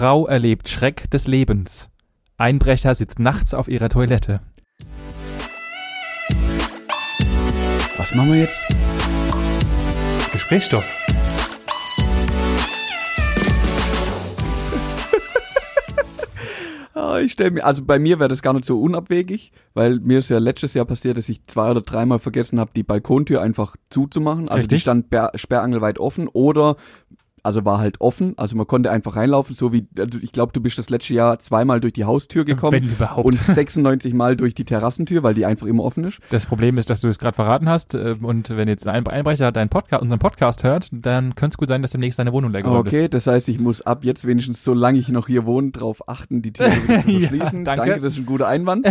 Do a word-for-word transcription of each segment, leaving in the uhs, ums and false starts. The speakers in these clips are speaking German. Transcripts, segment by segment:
Frau erlebt Schreck des Lebens. Einbrecher sitzt nachts auf ihrer Toilette. Was machen wir jetzt? Gesprächsstoff. Ich stelle mir, also bei mir wäre das gar nicht so unabwegig, weil mir ist ja letztes Jahr passiert, dass ich zwei oder dreimal vergessen habe, die Balkontür einfach zuzumachen. Also Richtig? die stand ber- sperrangelweit offen oder, also war halt offen, also man konnte einfach reinlaufen, so wie, also ich glaube, du bist das letzte Jahr zweimal durch die Haustür gekommen. Wenn überhaupt. Und sechsundneunzig Mal durch die Terrassentür, weil die einfach immer offen ist. Das Problem ist, dass du es gerade verraten hast äh, und wenn jetzt ein Einbrecher deinen Podcast, unseren Podcast hört, dann könnte es gut sein, dass demnächst deine Wohnung leer geworden ist. Okay, das heißt, ich muss ab jetzt wenigstens, solange ich noch hier wohne, darauf achten, die Tür wieder zu Ja, verschließen. danke. Danke, das ist ein guter Einwand.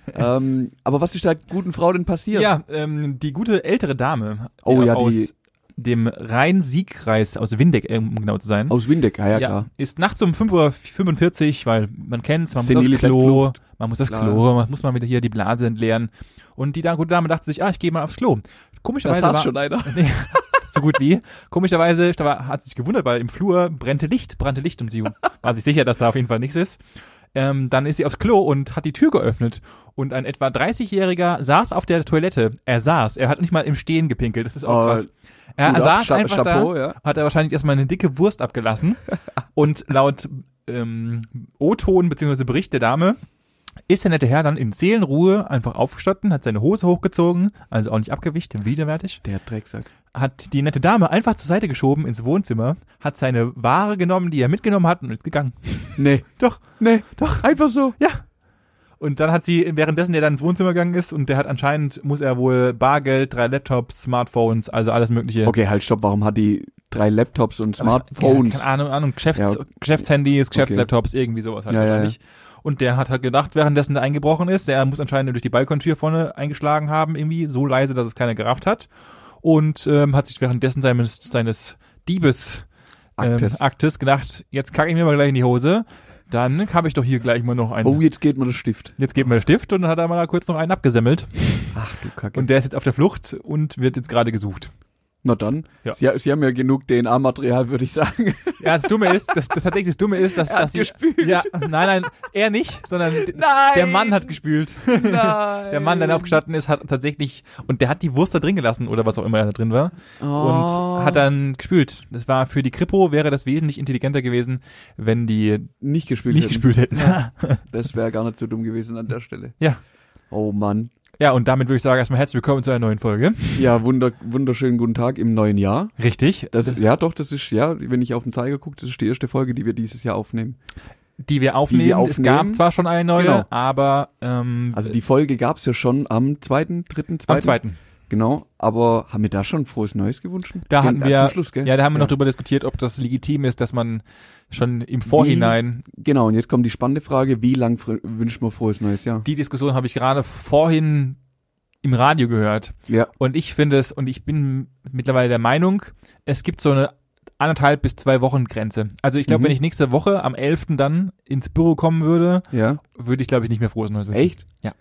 ähm, aber was ist der guten Frau denn passiert? Ja, ähm, die gute ältere Dame Oh äh, ja, aus die- dem Rhein-Sieg-Kreis, aus Windeck, um genau zu sein. Aus Windeck, ja, ja, klar. ist nachts um fünf Uhr fünfundvierzig, weil man kennt's, man muss aufs Senilität, Klo, Flucht. man muss aufs Klar. Klo, man muss mal wieder hier die Blase entleeren. Und die da- gute Dame dachte sich, ah, ich gehe mal aufs Klo. Komischerweise Das war, hast schon einer. Nee, so gut wie. Komischerweise da war, hat sie sich gewundert, weil im Flur brannte Licht, brannte Licht und sie war sich sicher, dass da auf jeden Fall nichts ist. Ähm, dann ist sie aufs Klo und hat die Tür geöffnet und ein etwa dreißigjähriger saß auf der Toilette. Er saß, er hat nicht mal im Stehen gepinkelt, das ist auch Oh, krass. Er Hut ab, saß Cha- einfach Chapeau, da, ja. hat er wahrscheinlich erstmal eine dicke Wurst abgelassen und laut ähm, O-Ton bzw. Bericht der Dame ist der nette Herr dann in Seelenruhe einfach aufgestanden, hat seine Hose hochgezogen, also auch nicht abgewischt, widerwärtig, Der Drecksack. hat die nette Dame einfach zur Seite geschoben ins Wohnzimmer, hat seine Ware genommen, die er mitgenommen hat und ist gegangen. Nee. Doch, Nee. doch. Einfach so. Ja. Und dann hat sie, währenddessen der dann ins Wohnzimmer gegangen ist und der hat anscheinend, muss er wohl Bargeld, drei Laptops, Smartphones, also alles mögliche. Okay, halt, stopp. Warum hat die drei Laptops und Aber es- Smartphones? Ja, keine Ahnung, Ahnung Geschäfts, Ja. Geschäftshandys, Geschäftslaptops, irgendwie sowas halt Ja, ja, wahrscheinlich. Und der hat halt gedacht, währenddessen der eingebrochen ist, der muss anscheinend durch die Balkontür vorne eingeschlagen haben, irgendwie so leise, dass es keiner gerafft hat. Und ähm, hat sich währenddessen seines, seines Diebes ähm, Aktes. Aktes gedacht, jetzt kacke ich mir mal gleich in die Hose. Dann habe ich doch hier gleich mal noch einen. Oh, jetzt geht mir der Stift. Jetzt geht mir der Stift und dann hat er mal kurz noch einen abgesemmelt. Ach du Kacke. Und der ist jetzt auf der Flucht und wird jetzt gerade gesucht. Na dann. Ja. Sie, Sie haben ja genug D N A-Material, würde ich sagen. Ja, das Dumme ist, das, das tatsächlich das Dumme ist, dass, Er hat dass sie, gespült. ja, nein, nein, er nicht, sondern d- Nein. der Mann hat gespült. Nein. Der Mann, der da aufgestanden ist, hat tatsächlich, und der hat die Wurst da drin gelassen oder was auch immer da drin war Oh. und hat dann gespült. Das war für die Kripo, wäre das wesentlich intelligenter gewesen, wenn die Nicht gespielt nicht hätten. gespült hätten. Ja. Das wäre gar nicht so dumm gewesen an der Stelle. Ja. Oh Mann. Ja, und damit würde ich sagen, erstmal herzlich willkommen zu einer neuen Folge. Ja, wunder, wunderschönen guten Tag im neuen Jahr. Richtig. Das, ja, doch, das ist, ja, wenn ich auf den Zeiger gucke, das ist die erste Folge, die wir dieses Jahr aufnehmen. Die wir aufnehmen. Die wir Es gab aufnehmen. zwar schon eine neue, Genau. aber ähm, Also die Folge gab's ja schon am zweiten, dritten, zweiten. am zweiten. Genau, aber haben wir da schon ein frohes Neues gewünscht? Da Gen- hatten äh, wir, Zum Schluss, gell? ja, da haben wir noch drüber diskutiert, ob das legitim ist, dass man schon im Vorhinein, Genau, und jetzt kommt die spannende Frage, wie lang fr- wünscht man frohes neues Jahr? die Diskussion habe ich gerade vorhin im Radio gehört. Ja, Und ich finde es, und ich bin mittlerweile der Meinung, es gibt so eine anderthalb bis zwei Wochen Grenze. Also ich glaube, Mhm. wenn ich nächste Woche am elften dann ins Büro kommen würde, ja. würde ich, glaube ich, nicht mehr frohes Neues wünschen. Echt? Ja.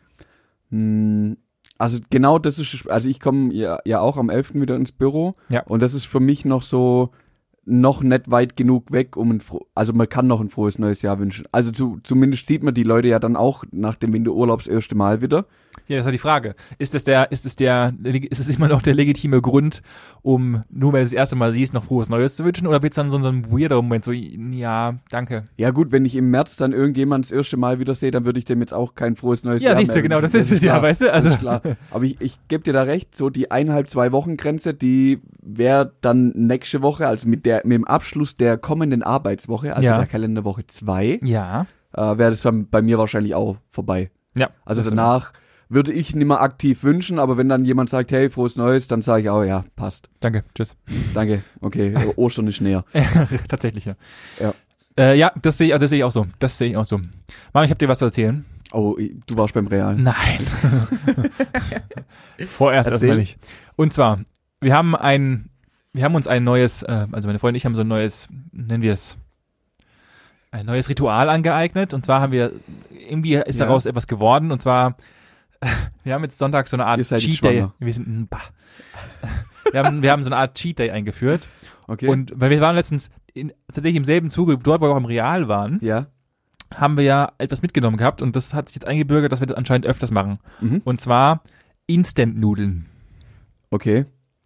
Hm, also genau das ist, also ich komme ja, ja auch am elften wieder ins Büro. Ja. Und das ist für mich noch so, noch nicht weit genug weg, um ein fro- also man kann noch ein frohes neues Jahr wünschen. Also zu, zumindest sieht man die Leute ja dann auch nach dem Winterurlaub das erste Mal wieder. Ja, das ist halt die Frage. Ist es der, ist es der, ist es immer noch der legitime Grund, um, nur weil du das erste Mal siehst, noch frohes Neues zu wünschen? Oder wird es dann so, so ein weirder Moment, so, ja, danke. Ja gut, wenn ich im März dann irgendjemand das erste Mal wieder sehe, dann würde ich dem jetzt auch kein frohes neues Ja, Jahr siehst du, mehr genau, das wünschen. ist es ja, klar. weißt du? Also, Das ist klar. Aber ich, ich gebe dir da recht, so die eineinhalb, zwei Wochen Grenze, die wäre dann nächste Woche, also mit der mit dem Abschluss der kommenden Arbeitswoche, also Ja. der Kalenderwoche zwei, ja. äh, wäre das dann bei mir wahrscheinlich auch vorbei. Ja. Also das stimmt. danach würde ich nicht mehr aktiv wünschen, aber wenn dann jemand sagt, hey, frohes Neues, dann sage ich auch, ja, passt. Danke, tschüss. Danke, okay, Ostern ist näher. Tatsächlich, ja. Ja. Äh, ja, das sehe ich, das sehe ich auch so. Das sehe ich auch so. Mama, ich habe dir was zu erzählen. Oh, du warst beim Real. Nein. Vorerst Erzähl. erstmal nicht. Und zwar, wir haben ein, wir haben uns ein neues, äh, also meine Freundin und ich haben so ein neues, nennen wir es, ein neues Ritual angeeignet. Und zwar haben wir, irgendwie ist Ja. daraus etwas geworden. Und zwar, wir haben jetzt Sonntag so eine Art Ihr seid Cheat jetzt Day. schwanger. Wir sind, bah. Wir haben, wir haben so eine Art Cheat Day eingeführt. Okay. Und weil wir waren letztens, in, tatsächlich im selben Zuge, dort, wo wir auch im Real waren, Ja. haben wir ja etwas mitgenommen gehabt und das hat sich jetzt eingebürgert, dass wir das anscheinend öfters machen. Mhm. Und zwar Instant-Nudeln. Okay.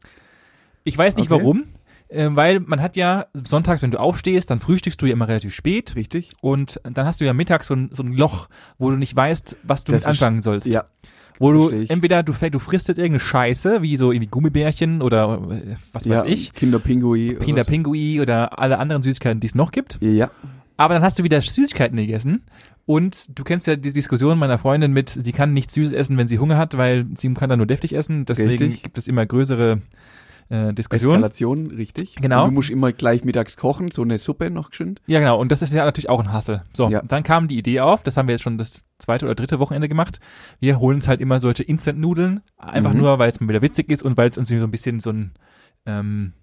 Ich weiß nicht Okay. warum, äh, weil man hat ja sonntags, wenn du aufstehst, dann frühstückst du ja immer relativ spät Richtig. und dann hast du ja mittags so ein, so ein Loch, wo du nicht weißt, was du Das mit anfangen ist, sollst. Ja. Wo du versteh ich. entweder du, du frisst jetzt irgendeine Scheiße, wie so irgendwie Gummibärchen oder äh, was weiß ja, ich, Kinderpingui. oder Kinder so. Pingui oder alle anderen Süßigkeiten, die es noch gibt. Ja. Aber dann hast du wieder Süßigkeiten gegessen und du kennst ja die Diskussion meiner Freundin mit, sie kann nicht süß essen, wenn sie Hunger hat, weil sie kann dann nur deftig essen. Deswegen Richtig. gibt es immer größere äh, Diskussionen. Eskalation, richtig. Genau. Und du musst immer gleich mittags kochen, so eine Suppe noch geschwind. Ja, genau. Und das ist ja natürlich auch ein Hassel. So, Ja. dann kam die Idee auf, das haben wir jetzt schon das zweite oder dritte Wochenende gemacht. Wir holen uns halt immer solche Instant-Nudeln, einfach Mhm. nur, weil es mal wieder witzig ist und weil es uns so ein bisschen so ein ähm,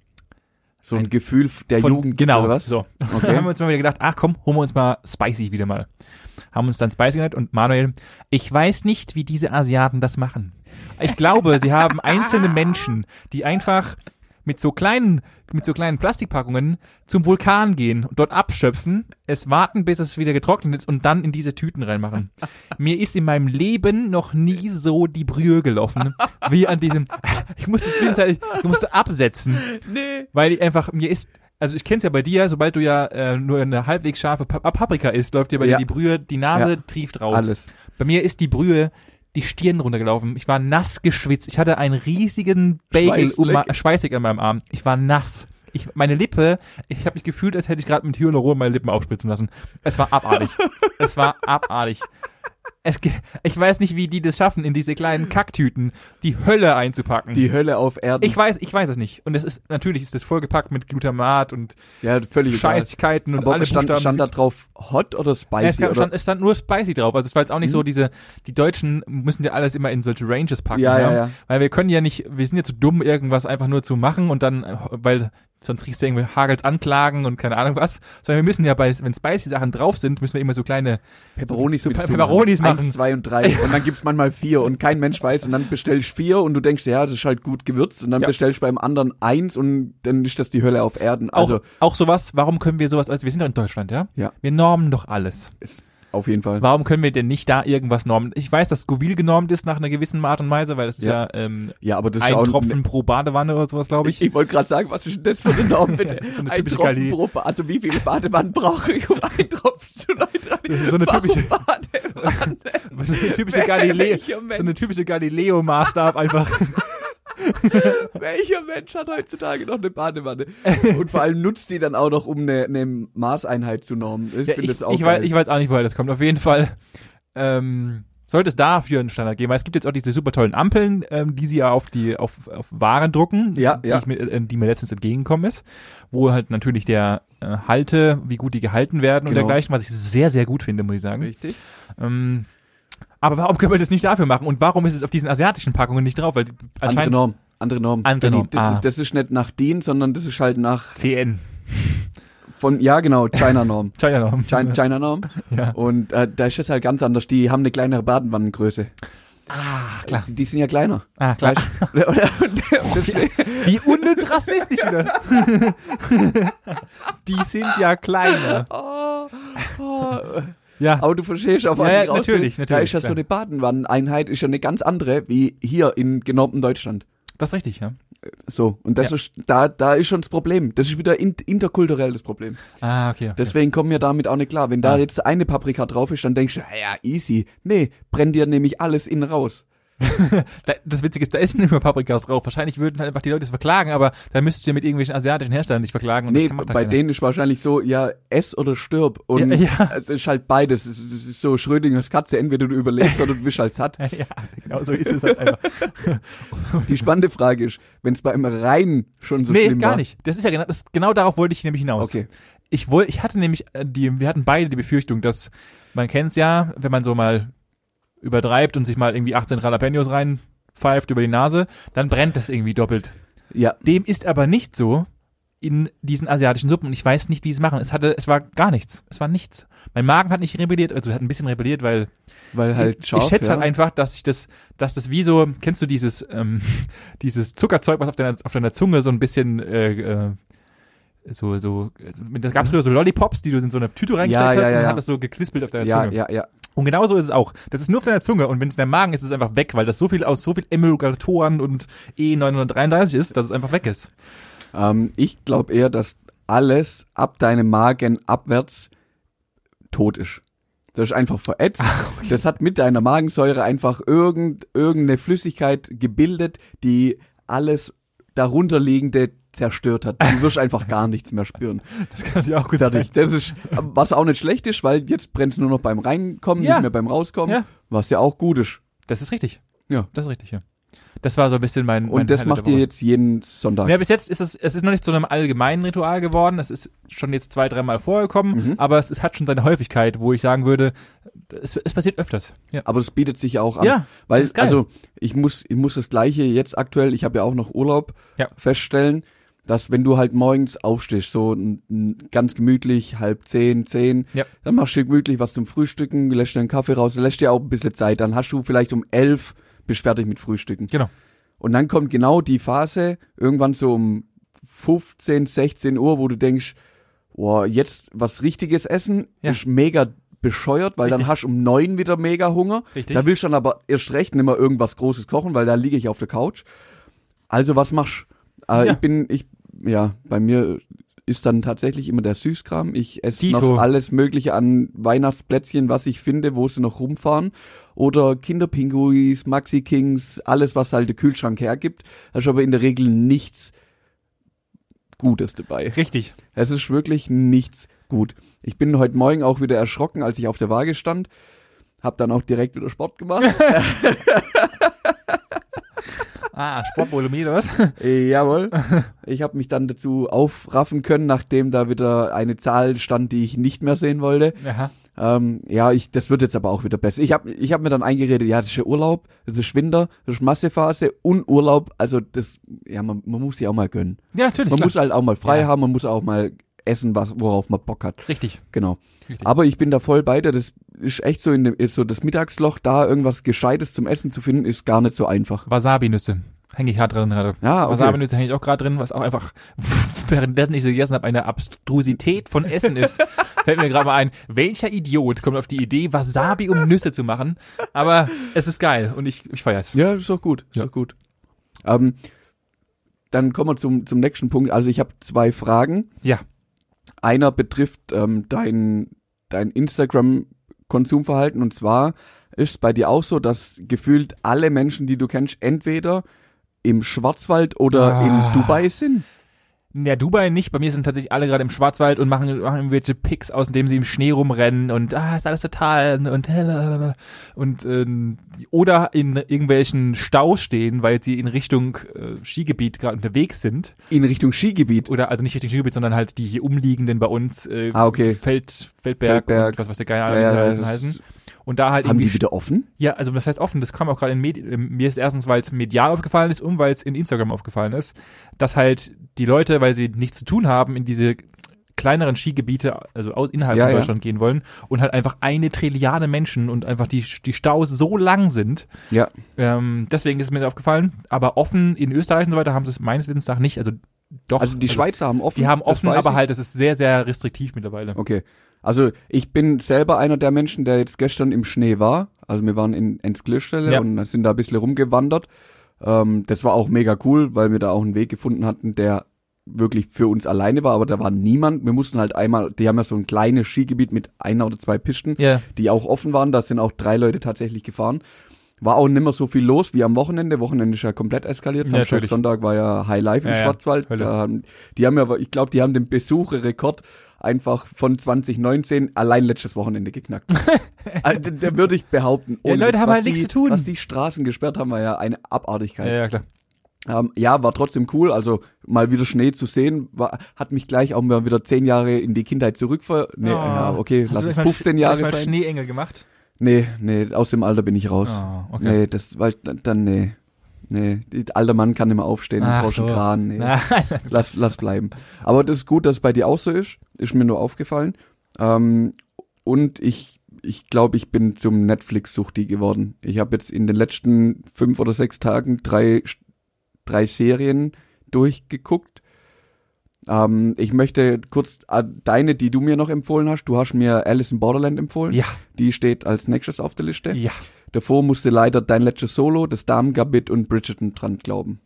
So ein, Ein- Gefühl der von, Jugend. genau, Oder was? so. Okay. Dann haben wir uns mal wieder gedacht, ach komm, holen wir uns mal Spicy wieder mal. Haben uns dann Spicy genannt und Manuel, ich weiß nicht, wie diese Asiaten das machen. Ich glaube, sie haben einzelne Menschen, die einfach mit so kleinen, mit so kleinen Plastikpackungen zum Vulkan gehen und dort abschöpfen, es warten, bis es wieder getrocknet ist und dann in diese Tüten reinmachen. Mir ist in meinem Leben noch nie so die Brühe gelaufen, wie an diesem, ich musste zwischenzeitlich, ich musste absetzen. Nee. Weil ich einfach, mir ist, also ich kenn's ja bei dir, sobald du ja äh, nur eine halbwegs scharfe Pa- Paprika isst, läuft dir bei Ja. dir die Brühe, die Nase Ja. trieft raus. Alles. Bei mir ist die Brühe die Stirn runtergelaufen. Ich war nass geschwitzt. Ich hatte einen riesigen Bagel, um, Schweißfleck. schweißig an meinem Arm. Ich war nass. Ich, meine Lippe, ich habe mich gefühlt, als hätte ich gerade mit Hyaluron meine Lippen aufspritzen lassen. Es war abartig. Es war abartig. Es, ge- ich weiß nicht, wie die das schaffen, in diese kleinen Kacktüten die Hölle einzupacken. Die Hölle auf Erden. Ich weiß, ich weiß es nicht. Und es ist, natürlich ist das vollgepackt mit Glutamat und ja, völlig egal. Scheißigkeiten und Aber alle stand, Buchstaben. stand da drauf hot oder Ja, spicy? es, stand, oder? es stand nur spicy drauf. Also es war jetzt auch nicht Mhm. so diese, die Deutschen müssen ja alles immer in solche Ranges packen. Ja, ja, ja. Weil wir können ja nicht, wir sind ja zu dumm, irgendwas einfach nur zu machen und dann, weil sonst kriegst du irgendwie Hagels Anklagen und keine Ahnung was. Sondern wir müssen ja bei, wenn spicy Sachen drauf sind, müssen wir immer so kleine, Pepperonis so mit Pe- dazu Pepperonis machen. Eins, zwei und drei. Und dann gibt's manchmal vier und kein Mensch weiß. Und dann bestellst vier und du denkst, ja, das ist halt gut gewürzt. Und dann Ja. bestellst beim anderen eins und dann ist das die Hölle auf Erden. Also, auch, auch sowas, warum können wir sowas, also wir sind doch in Deutschland, ja? Ja. Wir normen doch alles. ist auf jeden Fall. Warum können wir denn nicht da irgendwas normen? Ich weiß, dass Scoville genormt ist nach einer gewissen Art und Weise, weil das ist ja, Ja. ähm, Ja, aber das ist ein auch Tropfen pro Badewanne oder sowas, glaube ich. Ich, ich wollte gerade sagen, was ist denn das für eine Norm, bitte? Das ist so eine ein typische Tropfen Gali- pro ba Also wie viele Badewannen brauche ich, um einen Tropfen zu neutralisieren? Das ist so eine typische, Badewanne? so eine typische Wer- Galileo, welcher Mensch? so eine typische Galileo-Maßstab einfach. Welcher Mensch hat heutzutage noch eine Badewanne? Und vor allem nutzt die dann auch noch, um eine, eine Maßeinheit zu normen. Ich Ja, finde ich, das auch ich, geil. weiß, ich weiß auch nicht, woher das kommt. Auf jeden Fall ähm, sollte es dafür einen Standard geben, weil es gibt jetzt auch diese super tollen Ampeln, ähm, die sie ja auf die auf, auf Waren drucken, Ja, die, ja. Ich mir, äh, die mir letztens entgegengekommen ist, wo halt natürlich der äh, Halte, wie gut die gehalten werden und Genau. dergleichen, was ich sehr, sehr gut finde, muss ich sagen. Richtig. Ähm, aber warum können wir das nicht dafür machen? Und warum ist es auf diesen asiatischen Packungen nicht drauf? Weil die Andere anscheinend Norm. Andere Norm. Andere Norm, Die- Das, ah. das ist nicht nach D I N, sondern das ist halt nach C N, von, ja genau, China-Norm. China-Norm. China- China-Norm. Ja. Und äh, da ist das halt ganz anders. Die haben eine kleinere Badenwannengröße. Ah, klar. Die, die sind ja kleiner. Ah, klar. Weißt du? Oder- und deswegen- Wie unnütz rassistisch wieder. Die sind ja kleiner. Oh, oh. Ja. Aber du verstehst auf was Ja, ja, ich raus will. natürlich, Da natürlich, ist ja so klar. eine Badenwanneneinheit, ist ja eine ganz andere wie hier in genormtem Deutschland. Das ist richtig, ja. So, und das Ja. ist, da, da ist schon das Problem. Das ist wieder in, interkulturell das Problem. Ah, okay. Deswegen kommen wir damit auch nicht klar. Wenn da Ah. jetzt eine Paprika drauf ist, dann denkst du, ja, ja, easy. Nee, brennt dir nämlich alles innen raus. Da, das Witzige ist, da ist nicht mehr Paprikas drauf. Wahrscheinlich würden halt einfach die Leute es verklagen, aber da müsst ihr mit irgendwelchen asiatischen Herstellern nicht verklagen. Und Nee, das kann, macht bei halt keiner. denen ist wahrscheinlich so, ja, ess oder stirb. Und Ja, ja. es ist halt beides. Es ist es ist so Schrödingers Katze, entweder du überlebst oder du bist halt satt. Ja, genau so ist es halt einfach. Die spannende Frage ist, wenn es beim Rein schon so nee, schlimm gar war. nicht. Das ist ja genau, das, genau darauf wollte ich nämlich hinaus. Okay. Ich wollte, ich hatte nämlich äh, die, wir hatten beide die Befürchtung, dass, man kennt's ja, wenn man so mal übertreibt und sich mal irgendwie achtzehn Jalapenos reinpfeift über die Nase, dann brennt das irgendwie doppelt. Ja, Dem ist aber nicht so in diesen asiatischen Suppen und ich weiß nicht, wie sie es machen. Es hatte, es war gar nichts. Es war nichts. Mein Magen hat nicht rebelliert, also hat ein bisschen rebelliert, weil weil halt ich, scharf, ich schätze ja. halt einfach, dass ich das, dass das wie so, kennst du dieses, ähm, dieses Zuckerzeug, was auf deiner, auf deiner Zunge so ein bisschen, äh, äh, so, so, da gab es früher so Lollipops, die du in so eine Tüte reingesteckt Ja, ja, hast ja, und ja. hat das so geklispelt auf deiner Ja, Zunge. ja, ja. Und genauso ist es auch. Das ist nur auf deiner Zunge und wenn es in der Magen ist, ist es einfach weg, weil das so viel aus so viel Emulgatoren und E neunhundertdreiunddreißig ist, dass es einfach weg ist. Ähm, ich glaube eher, dass alles ab deinem Magen abwärts tot ist. Das ist einfach verätzt. Ach, okay. Das hat mit deiner Magensäure einfach irgend, irgendeine Flüssigkeit gebildet, die alles darunterliegende zerstört hat. Du wirst einfach gar nichts mehr spüren. Das kann dir auch gut Fertig. sein. Das ist, was auch nicht schlecht ist, weil jetzt brennt nur noch beim Reinkommen, Ja. nicht mehr beim Rauskommen, Ja. was ja auch gut ist. Das ist richtig. Ja. Das ist richtig, ja. Das war so ein bisschen mein, mein Und das Highlight macht der ihr Woche. jetzt jeden Sonntag. Ja, bis jetzt ist es, es ist noch nicht zu einem allgemeinen Ritual geworden. Es ist schon jetzt zwei, dreimal vorgekommen, Mhm. aber es, es hat schon seine Häufigkeit, wo ich sagen würde, es, es passiert öfters. Ja. Aber das bietet sich auch an. Ja, weil, das ist geil. also, ich muss, ich muss das Gleiche jetzt aktuell, ich habe ja auch noch Urlaub, Ja. feststellen, dass wenn du halt morgens aufstehst, so n- n- ganz gemütlich, halb zehn, zehn, Ja. dann machst du gemütlich was zum Frühstücken, lässt dir einen Kaffee raus, lässt dir auch ein bisschen Zeit, dann hast du vielleicht um elf, bist fertig mit Frühstücken. Genau. Und dann kommt genau die Phase, irgendwann so um fünfzehn, sechzehn Uhr, wo du denkst, boah, jetzt was Richtiges essen, Ja. ist mega bescheuert, weil Richtig. dann hast du um neun wieder mega Hunger. Richtig. Da willst du dann aber erst recht nicht mehr irgendwas Großes kochen, weil da liege ich auf der Couch. Also was machst du? Äh, Ja. Ich bin, ich, ja, bei mir ist dann tatsächlich immer der Süßkram. Ich esse Dito. noch alles Mögliche an Weihnachtsplätzchen, was ich finde, wo sie noch rumfahren. Oder Kinderpinguis, Maxi Kings, alles, was halt der Kühlschrank hergibt. Da ist aber in der Regel nichts Gutes dabei. Richtig. Es ist wirklich nichts gut. Ich bin heute Morgen auch wieder erschrocken, als ich auf der Waage stand. Hab dann auch direkt wieder Sport gemacht. Ah, Sportvoluminos. Jawohl. Ich habe mich dann dazu aufraffen können, nachdem da wieder eine Zahl stand, die ich nicht mehr sehen wollte. Aha. Ähm, ja, ich, das wird jetzt aber auch wieder besser. Ich habe ich hab mir dann eingeredet, ja, das ist ja Urlaub, das ist Winter, das ist Massephase und Urlaub. Also das, ja, man, man muss sich auch mal gönnen. Ja, natürlich. Man klar. muss halt auch mal frei Ja. haben, man muss auch mal essen, was, worauf man Bock hat. Richtig. Genau. Richtig. Aber ich bin da voll bei dir. Das ist echt so in dem, ist so das Mittagsloch, da irgendwas Gescheites zum Essen zu finden, ist gar nicht so einfach. Wasabi-Nüsse. Hänge ich hart drin gerade. Ja, okay. Wasabi-Nüsse hänge ich auch gerade drin, was auch einfach, währenddessen ich sie gegessen habe, eine Abstrusität von Essen ist. Fällt mir gerade mal ein, welcher Idiot kommt auf die Idee, Wasabi um Nüsse zu machen? Aber es ist geil und ich, ich feier's. Ja, das ist doch gut. Ist Ja. doch gut. Ähm, dann kommen wir zum, zum nächsten Punkt. Also ich habe zwei Fragen. Ja. Einer betrifft ähm, dein, dein Instagram-Konsumverhalten, und zwar ist es bei dir auch so, dass gefühlt alle Menschen, die du kennst, entweder im Schwarzwald oder Ah. in Dubai sind. Ja, Dubai nicht. Bei mir sind tatsächlich alle gerade im Schwarzwald und machen, machen irgendwelche Pics, aus dem sie im Schnee rumrennen und ah, ist alles total und und ähm, oder in irgendwelchen Staus stehen, weil sie in Richtung äh, Skigebiet gerade unterwegs sind. In Richtung Skigebiet. Oder also nicht Richtung Skigebiet, sondern halt die hier umliegenden bei uns äh, Ah, okay. Feld, Feldberg, Feldberg. und was was der Geil Ja, ja, ja, das- heißen. Und da halt Haben irgendwie die wieder offen? ja, also das heißt offen, das kam auch gerade in Medien, mir ist erstens, weil es medial aufgefallen ist und weil es in Instagram aufgefallen ist, dass halt die Leute, weil sie nichts zu tun haben, in diese kleineren Skigebiete, also aus, innerhalb Ja, von ja. Deutschland gehen wollen und halt einfach eine Trilliarde Menschen und einfach die, die Staus so lang sind. Ja. Ähm, deswegen ist es mir aufgefallen, aber offen in Österreich und so weiter haben sie es meines Wissens nach nicht, also doch. Also die Schweizer haben offen. die haben das offen, weiß aber ich. halt, es ist sehr, sehr restriktiv mittlerweile. Okay. Also ich bin selber einer der Menschen, der jetzt gestern im Schnee war. Also wir waren in Ensklöstelle Ja. und sind da ein bisschen rumgewandert. Ähm, das war auch mega cool, weil wir da auch einen Weg gefunden hatten, der wirklich für uns alleine war, aber da war niemand. Wir mussten halt einmal, die haben ja so ein kleines Skigebiet mit einer oder zwei Pisten, Ja. die auch offen waren. Da sind auch drei Leute tatsächlich gefahren. War auch nicht mehr so viel los wie am Wochenende. Wochenende ist ja komplett eskaliert. Ja, Samstag, natürlich. Sonntag war ja High Life im Ja, ja. Schwarzwald. Hölle. Da haben, die haben ja, ich glaube, die haben den Besucherrekord einfach von zwanzig neunzehn allein letztes Wochenende geknackt. Also, da, da würde ich behaupten. Ja, ohne Leute Witz, haben was halt nichts die, zu tun. Was die Straßen gesperrt haben, war ja eine Abartigkeit. Ja, ja, klar. Ähm, ja, war trotzdem cool. Also mal wieder Schnee zu sehen, war, hat mich gleich auch mal wieder zehn Jahre in die Kindheit zurückver... Nee, Oh. ja, okay, Hast lass du es mal fünfzehn Sch- Jahre hast du mal sein. Schneeengel gemacht? Nee, nee, aus dem Alter bin ich raus. Oh, okay. Nee, das war dann, dann nee. Nee, die, alter Mann kann nicht mehr aufstehen, Ach du brauchst einen so. Kran, nee. Na, Lass, lass bleiben. Aber das ist gut, dass es bei dir auch so ist. Ist mir nur aufgefallen. Ähm, und ich, ich glaube, ich bin zum Netflix-Suchti geworden. Ich habe jetzt in den letzten fünf oder sechs Tagen drei, drei Serien durchgeguckt. Ähm, ich möchte kurz äh, deine, die du mir noch empfohlen hast. Du hast mir Alice in Borderland empfohlen. Ja. Die steht als nächstes auf der Liste. Ja. Davor musste leider Dein letztes Solo, das Damen-Gambit und Bridgerton dran glauben.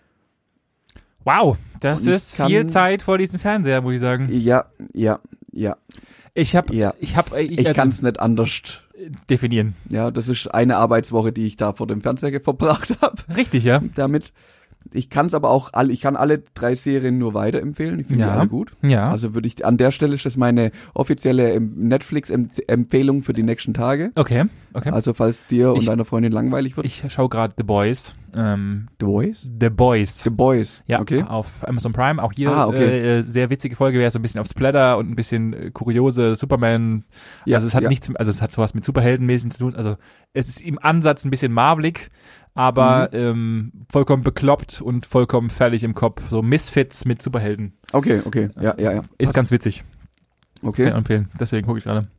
Wow, das Und ich ist kann- viel Zeit vor diesem Fernseher, muss ich sagen. Ja, ja, ja. Ich habe, Ja. ich habe, ich, Ich also, kann es nicht anders. definieren. Ja, das ist eine Arbeitswoche, die ich da vor dem Fernseher verbracht habe. Richtig, ja. Damit. Ich kann es aber auch alle, ich kann alle drei Serien nur weiterempfehlen. Ich finde Ja. die alle gut. Ja. Also würde ich, an der Stelle ist das meine offizielle ähm, Netflix-Empfehlung für die nächsten Tage. Okay, okay. Also falls dir und Ich- deiner Freundin langweilig wird. Ich schaue gerade The Boys. Ähm, The Boys? The Boys. The Boys. Ja, Okay. auf Amazon Prime. Auch hier Ah, okay. äh, sehr witzige Folge, wäre so ein bisschen auf Splatter und ein bisschen äh, kuriose Superman. Ja, also es hat ja. nichts, also es hat sowas mit Superheldenmäßig zu tun. Also es ist im Ansatz ein bisschen marvelig, aber Mhm. ähm, vollkommen bekloppt und vollkommen fertig im Kopf. So Misfits mit Superhelden. Okay, okay. Ja, ja, ja. Ist Passt. ganz witzig. Kann ich Okay. empfehlen. Deswegen gucke ich gerade.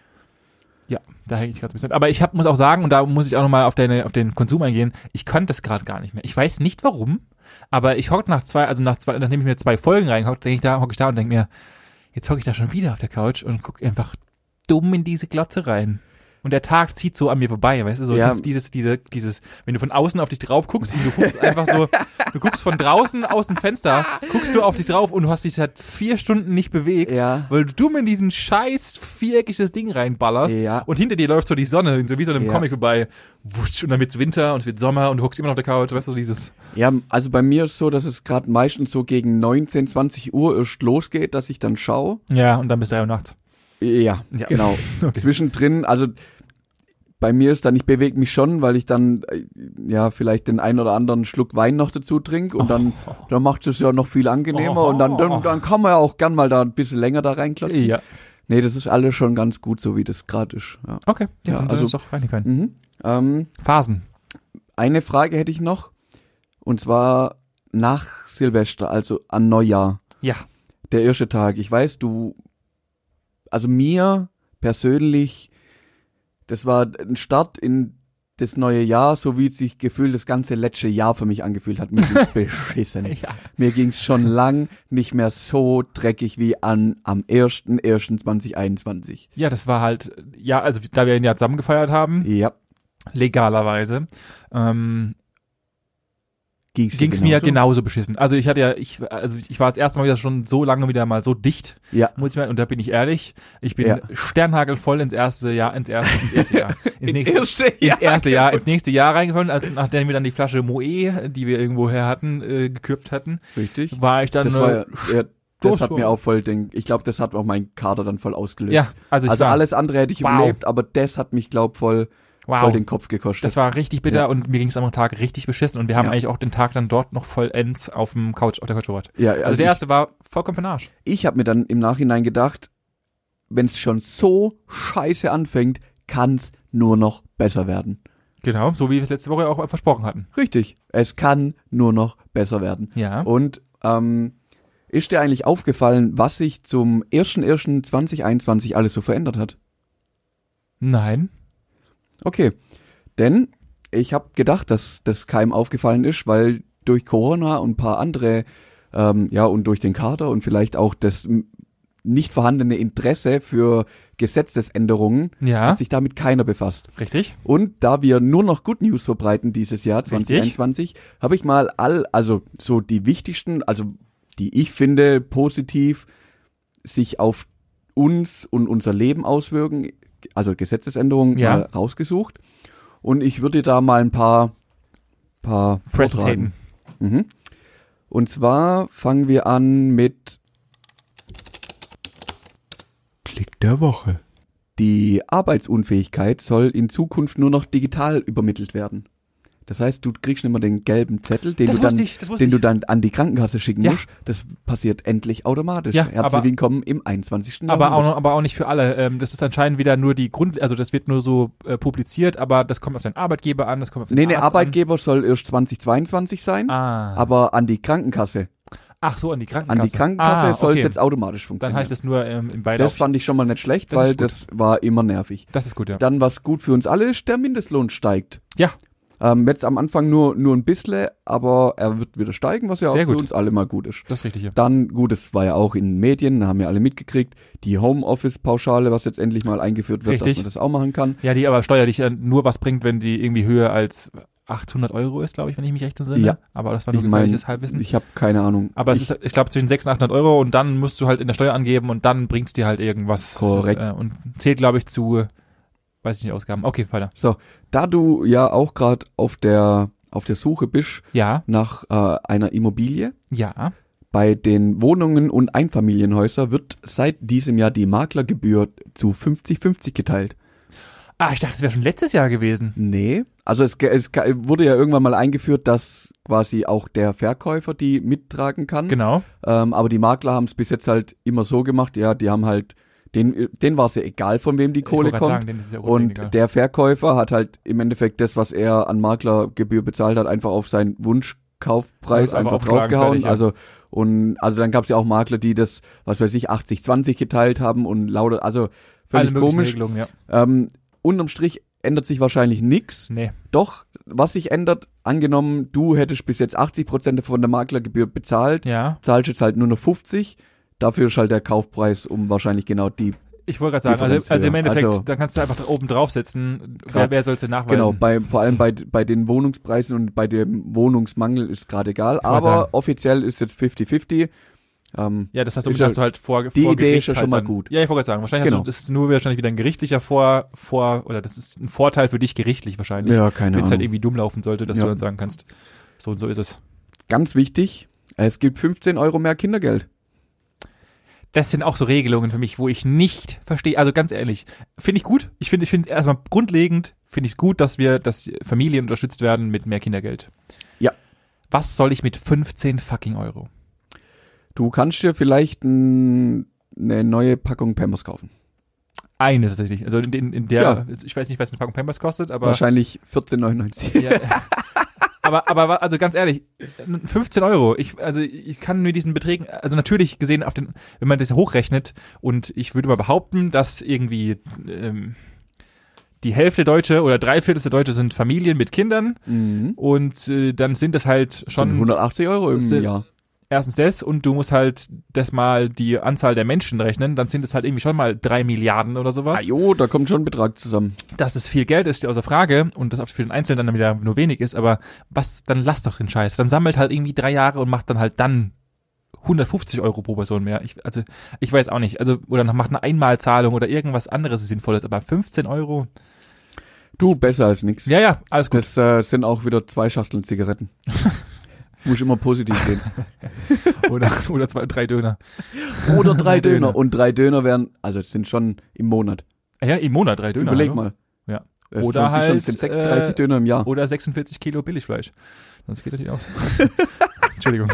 Ja, da hänge ich gerade so ein bisschen. Aber ich hab, muss auch sagen, und da muss ich auch nochmal auf, deine, auf den Konsum eingehen, ich konnte das gerade gar nicht mehr. Ich weiß nicht warum, aber ich hocke nach zwei, also nach zwei, nachdem ich mir zwei Folgen reinhocke, denke ich da, hocke ich da und denke mir, jetzt hocke ich da schon wieder auf der Couch und gucke einfach dumm in diese Glotze rein. Und der Tag zieht so an mir vorbei, weißt du, so Ja. jetzt dieses, diese, dieses, wenn du von außen auf dich drauf guckst und du guckst einfach so, du guckst von draußen aus dem Fenster, guckst du auf dich drauf und du hast dich seit vier Stunden nicht bewegt, Ja. weil du dumm in diesen scheiß viereckiges Ding reinballerst Ja. und hinter dir läuft so die Sonne, so wie so einem Ja. Comic vorbei, wusch, und dann wird's Winter und es wird Sommer und du hockst immer noch auf der Couch, weißt du, dieses, Ja, also bei mir ist so, dass es gerade meistens so gegen neunzehn, zwanzig Uhr erst losgeht, dass ich dann schaue. ja, und dann bis drei Uhr nachts. Ja, Ja. genau. Okay. Zwischendrin, also bei mir ist dann, ich bewege mich schon, weil ich dann äh, ja vielleicht den einen oder anderen Schluck Wein noch dazu trinke und dann, dann macht es ja noch viel angenehmer Oh. und dann, dann, dann kann man ja auch gern mal da ein bisschen länger da reinklotzen. Ja. Nee, das ist alles schon ganz gut, so wie das gerade ist. Ja. Okay, ja, Ja, dann also- ist doch fein, fein. Mhm. Ähm, Phasen. eine Frage hätte ich noch und zwar nach Silvester, also an Neujahr. Ja. Der erste Tag. Ich weiß, du, also mir persönlich, das war ein Start in das neue Jahr, so wie es sich gefühlt das ganze letzte Jahr für mich angefühlt hat. Mir ging's beschissen. Ja. Mir ging's schon lang nicht mehr so dreckig wie an am ersten ersten zweitausendeinundzwanzig. Ja, das war halt, ja, also da wir ihn ja zusammen gefeiert haben, Ja, legalerweise, ähm, ging's, dir ging's mir genauso? genauso beschissen. Also ich hatte ja, ich, also ich war das erste Mal wieder schon so lange wieder mal so dicht, Ja, muss ich mal, und da bin ich ehrlich, ich bin Ja. sternhagelvoll ins erste Jahr, ins erste, ins erste Jahr, ins, nächste, erste ins erste Jahr, ins nächste Jahr reingefallen, als nachdem wir dann die Flasche Moe, die wir irgendwo her hatten, äh, gekürbt hatten, Richtig. war ich dann, Das war, ja, äh, ja, das hat Stoß- mir auch voll den, ich glaube, das hat auch meinen Kater dann voll ausgelöst. ja, also ich Also war, alles andere hätte ich Wow. überlebt, aber das hat mich, glaub, voll, wow. voll den Kopf gekostet. Das war richtig bitter Ja. und mir ging es am Tag richtig beschissen und wir haben Ja. eigentlich auch den Tag dann dort noch vollends auf dem Couch, auf der Couch verbracht. ja, Also, also der ich, erste war vollkommen für den Arsch. ich habe mir dann im Nachhinein gedacht, wenn es schon so scheiße anfängt, kann's nur noch besser werden. Genau, so wie wir es letzte Woche auch versprochen hatten. Richtig, es kann nur noch besser werden. Ja. Und ähm, ist dir eigentlich aufgefallen, was sich zum ersten ersten zweitausendeinundzwanzig alles so verändert hat? Nein. Okay, denn ich habe gedacht, dass das keinem aufgefallen ist, weil durch Corona und ein paar andere, ähm, ja, und durch den Kater und vielleicht auch das m, nicht vorhandene Interesse für Gesetzesänderungen Ja. hat sich damit keiner befasst. Richtig. Und da wir nur noch Good News verbreiten dieses Jahr zwanzig einundzwanzig, habe ich mal all, also so die wichtigsten, also die ich finde positiv sich auf uns und unser Leben auswirken, also Gesetzesänderungen Ja. mal rausgesucht. Und ich würde da mal ein paar, paar vortragen. Präsentaten. Mhm. Und zwar fangen wir an mit Klick der Woche. Die Arbeitsunfähigkeit soll in Zukunft nur noch digital übermittelt werden. Das heißt, du kriegst nicht mehr den gelben Zettel, den, Das du dann, wusste ich, das wusste den du ich. dann an die Krankenkasse schicken Ja. musst. Das passiert endlich automatisch. Ja, Herzlich aber- willkommen im einundzwanzigsten Aber auch, Jahrhundert. noch, aber auch nicht für alle. Ähm, das ist anscheinend wieder nur die Grund, also das wird nur so äh, publiziert, aber das kommt auf den Arbeitgeber an, das kommt auf den Nee, nee, Arzt Arbeitgeber soll erst zweitausendzweiundzwanzig sein, an. Ah. aber an die Krankenkasse. Ach so, an die Krankenkasse. An die Krankenkasse ah, soll es okay. jetzt automatisch Dann funktionieren. habe ich das nur ähm, in beide Das auf- fand ich schon mal nicht schlecht, Das ist weil gut. das war immer nervig. Das ist gut, ja. Dann, was gut für uns alle ist, der Mindestlohn steigt. Ja. Ähm, jetzt am Anfang nur nur ein bisschen, aber er wird wieder steigen, was ja Sehr auch für gut. uns alle mal gut ist. Das ist richtig, ja. Dann, gut, das war ja auch in den Medien, haben ja alle mitgekriegt, die Homeoffice-Pauschale, was jetzt endlich mal eingeführt wird, Richtig. dass man das auch machen kann. Ja, die aber steuerlich äh, nur was bringt, wenn die irgendwie höher als achthundert Euro ist, glaube ich, wenn ich mich recht entsinne. Ja. Aber das war nur Ich mein, gefährliches Halbwissen. ich habe keine Ahnung. Aber es ich, ist, ich glaube, zwischen sechshundert und achthundert Euro und dann musst du halt in der Steuer angeben und dann bringst dir halt irgendwas. Korrekt. So, äh, und zählt, glaube ich, zu, weiß ich nicht, Ausgaben. Okay, weiter. So, da du ja auch gerade auf der auf der Suche bist Ja, nach äh, einer Immobilie, ja. bei den Wohnungen und Einfamilienhäusern wird seit diesem Jahr die Maklergebühr zu fünfzig fünfzig geteilt. Ah, ich dachte, es wäre schon letztes Jahr gewesen. Nee, also es, es wurde ja irgendwann mal eingeführt, dass quasi auch der Verkäufer die mittragen kann. Genau. Ähm, aber die Makler haben es bis jetzt halt immer so gemacht, ja, die haben halt, denen, denen war es ja egal, von wem die Kohle Ich wollte kommt. grad sagen, denen ist es ja Und egal. der Verkäufer hat halt im Endeffekt das, was er an Maklergebühr bezahlt hat, einfach auf seinen Wunschkaufpreis Also einfach einfach auftragen, draufgehauen. fertig, ja. Also und also dann gab es ja auch Makler, die das, was weiß ich, achtzig zwanzig geteilt haben und lauter, also Alle völlig möglichen komisch. Regelungen, ja. Ähm, unterm Strich ändert sich wahrscheinlich nichts. Nee. Doch, was sich ändert, angenommen, du hättest bis jetzt achtzig Prozent von der Maklergebühr bezahlt, Ja. zahlst jetzt halt nur noch fünfzig. Dafür ist halt der Kaufpreis um wahrscheinlich genau die. Ich wollte gerade sagen, also, Differenz also im höher. Endeffekt, Also- da kannst du einfach oben draufsetzen, wer, Grad- wer soll es denn nachweisen? Genau, bei, vor allem bei, bei den Wohnungspreisen und bei dem Wohnungsmangel ist gerade egal. wollte Aber sagen. offiziell ist jetzt fifty fifty. Ähm, Ja, das heißt, Ist somit hast du halt vor, die vor Idee Gericht ist ja halt schon mal dann, gut. Ja, ich wollte gerade sagen, wahrscheinlich Genau. hast du, das ist nur wahrscheinlich wieder ein gerichtlicher Vor, vor, oder das ist ein Vorteil für dich gerichtlich wahrscheinlich. ja, keine Wenn es halt Ahnung. irgendwie dumm laufen sollte, dass Ja. du dann sagen kannst, so und so ist es. Ganz wichtig, es gibt fünfzehn Euro mehr Kindergeld. Das sind auch so Regelungen für mich, wo ich nicht verstehe, also ganz ehrlich, finde ich gut. Ich finde, ich finde erstmal grundlegend, finde ich es gut, dass wir, dass Familien unterstützt werden mit mehr Kindergeld. Ja. Was soll ich mit fünfzehn fucking Euro? Du kannst dir vielleicht n, eine neue Packung Pampers kaufen. Eine tatsächlich. Also in, in, in der, Ja. ich weiß nicht, was eine Packung Pampers kostet, aber. Wahrscheinlich vierzehn neunundneunzig. Ja, aber, aber, wa- also ganz ehrlich, fünfzehn Euro, ich, also ich kann mir diesen Beträgen, also natürlich gesehen auf den, wenn man das hochrechnet und ich würde mal behaupten, dass irgendwie, ähm, die Hälfte Deutsche oder drei Viertel der Deutsche sind Familien mit Kindern Mhm. und äh, dann sind das halt Schon schon hundertachtzig Euro im sind- Jahr. erstens das und du musst halt das mal die Anzahl der Menschen rechnen, dann sind es halt irgendwie schon mal drei Milliarden oder sowas. Ah jo, da kommt schon ein Betrag zusammen. Dass es viel Geld ist, steht außer Frage und das für den Einzelnen dann wieder nur wenig ist, aber was, dann lass doch den Scheiß. Dann sammelt halt irgendwie drei Jahre und macht dann halt dann hundertfünfzig Euro pro Person mehr. Ich, also, ich weiß auch nicht. Also, oder noch macht eine Einmalzahlung oder irgendwas anderes Sinnvolles, aber fünfzehn Euro? Du, besser als nix. Ja, ja, alles gut. Das äh, sind auch wieder zwei Schachteln Zigaretten. Muss immer positiv sehen. Oder, oder zwei, drei Döner. Oder drei Döner. Und drei Döner wären, also es sind schon im Monat. Ja, im Monat drei Döner. Überleg hallo? mal. Ja. Es Oder lohnt sich schon, halt, es sind sechsunddreißig äh, Döner im Jahr. Oder sechsundvierzig Kilo Billigfleisch. Sonst geht natürlich auch so. Entschuldigung.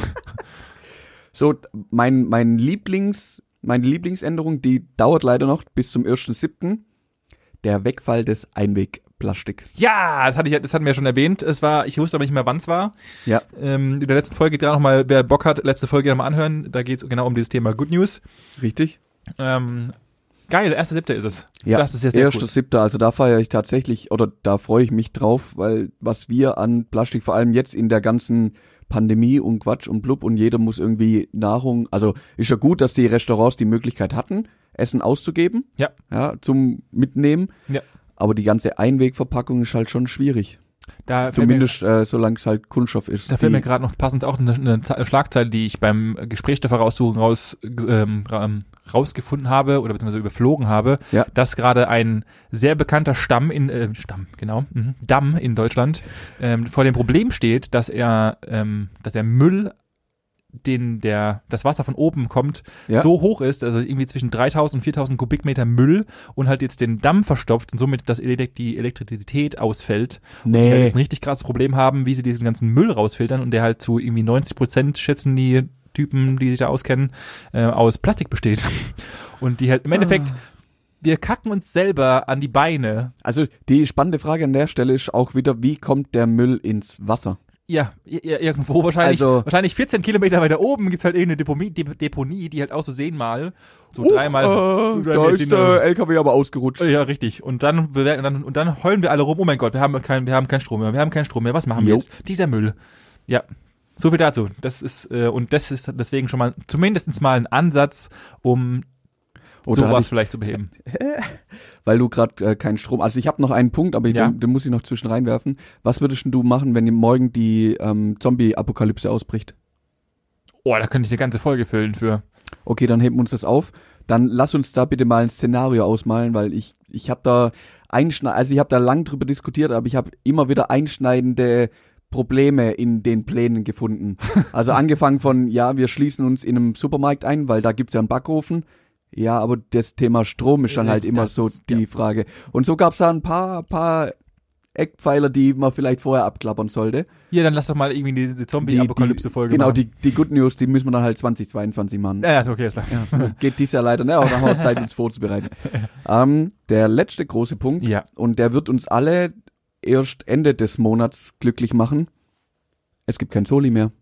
So, mein, mein Lieblings, meine Lieblingsänderung, die dauert leider noch bis zum ersten siebten Der Wegfall des Einwegplastiks. Ja, das hatte ich, das hatten wir ja schon erwähnt. Es war, ich wusste aber nicht mehr, wann es war. Ja. Ähm, in der letzten Folge gerade nochmal, wer Bock hat, letzte Folge nochmal anhören. Da geht es genau um dieses Thema Good News. Richtig? Ähm, geil, erster Siebter ist es. Ja, Das ist jetzt sehr erster cool. siebter Also da feiere ich tatsächlich, oder da freue ich mich drauf, weil was wir an Plastik, vor allem jetzt in der ganzen Pandemie und Quatsch und blub und jeder muss irgendwie Nahrung, also ist ja gut, dass die Restaurants die Möglichkeit hatten, Essen auszugeben, Ja. ja, zum Mitnehmen, Ja. aber die ganze Einwegverpackung ist halt schon schwierig, Da fällt mir, zumindest äh, solange es halt Kunststoff ist. da fällt Die- mir gerade noch passend auch eine, eine Ze- Schlagzeile, die ich beim Gesprächsstoff raussuchen raus, ähm, ra- ähm, rausgefunden habe oder beziehungsweise überflogen habe, Ja. dass gerade ein sehr bekannter Stamm in äh, Stamm, genau, mhm, Damm in Deutschland ähm, vor dem Problem steht, dass er, ähm, dass er Müll, den der das Wasser von oben kommt, Ja. so hoch ist, also irgendwie zwischen dreitausend und viertausend Kubikmeter Müll und halt jetzt den Damm verstopft und somit das Elek- die Elektrizität ausfällt. Die halt nee, jetzt ein richtig krasses Problem haben, wie sie diesen ganzen Müll rausfiltern und der halt zu irgendwie neunzig Prozent schätzen die Typen, die sich da auskennen, äh, aus Plastik besteht. Und die halt im Endeffekt, wir kacken uns selber an die Beine. also die spannende Frage an der Stelle ist auch wieder, wie kommt der Müll ins Wasser? Ja, ja, irgendwo wahrscheinlich. Also- wahrscheinlich vierzehn Kilometer weiter oben gibt's halt irgendeine Deponie, Dep- Deponie, die halt auch so zehnmal, so Uh, dreimal. äh, da ist der L K W aber ausgerutscht. Ja, richtig. Und dann bewerten und dann und dann heulen wir alle rum. Oh mein Gott, wir haben kein, wir haben keinen Strom mehr. Wir haben keinen Strom mehr. Was machen wir Jo. jetzt? Dieser Müll. Ja. So viel dazu. Das ist äh, und das ist deswegen schon mal zumindest mal ein Ansatz, um Oder sowas hab ich- vielleicht zu beheben. Weil du gerade äh, keinen Strom. Also ich habe noch einen Punkt, aber Ja. den, den muss ich noch zwischen reinwerfen. Was würdest denn du machen, wenn morgen die ähm, Zombie-Apokalypse ausbricht? Oh, da könnte ich eine ganze Folge füllen für. Okay, dann heben wir uns das auf. Dann lass uns da bitte mal ein Szenario ausmalen, weil ich ich habe da einschneid, also ich habe da lang drüber diskutiert, aber ich habe immer wieder einschneidende Probleme in den Plänen gefunden. Also angefangen von, ja, wir schließen uns in einem Supermarkt ein, weil da gibt's ja einen Backofen. Ja, aber das Thema Strom ist dann halt immer Das so ist- die ja. Frage. Und so gab's da ein paar, paar Eckpfeiler, die man vielleicht vorher abklappern sollte. Hier, dann lass doch mal irgendwie die, die Zombie-Apokalypse-Folge Genau, machen. die, die Good News, die müssen wir dann halt zwanzig zweiundzwanzig machen. Ja, ja, okay, ist klar. Ja, geht dies Jahr leider, ne? Aber dann haben wir Zeit, uns vorzubereiten. ähm, der letzte große Punkt, Ja. und der wird uns alle erst Ende des Monats glücklich machen. Es gibt kein Soli mehr.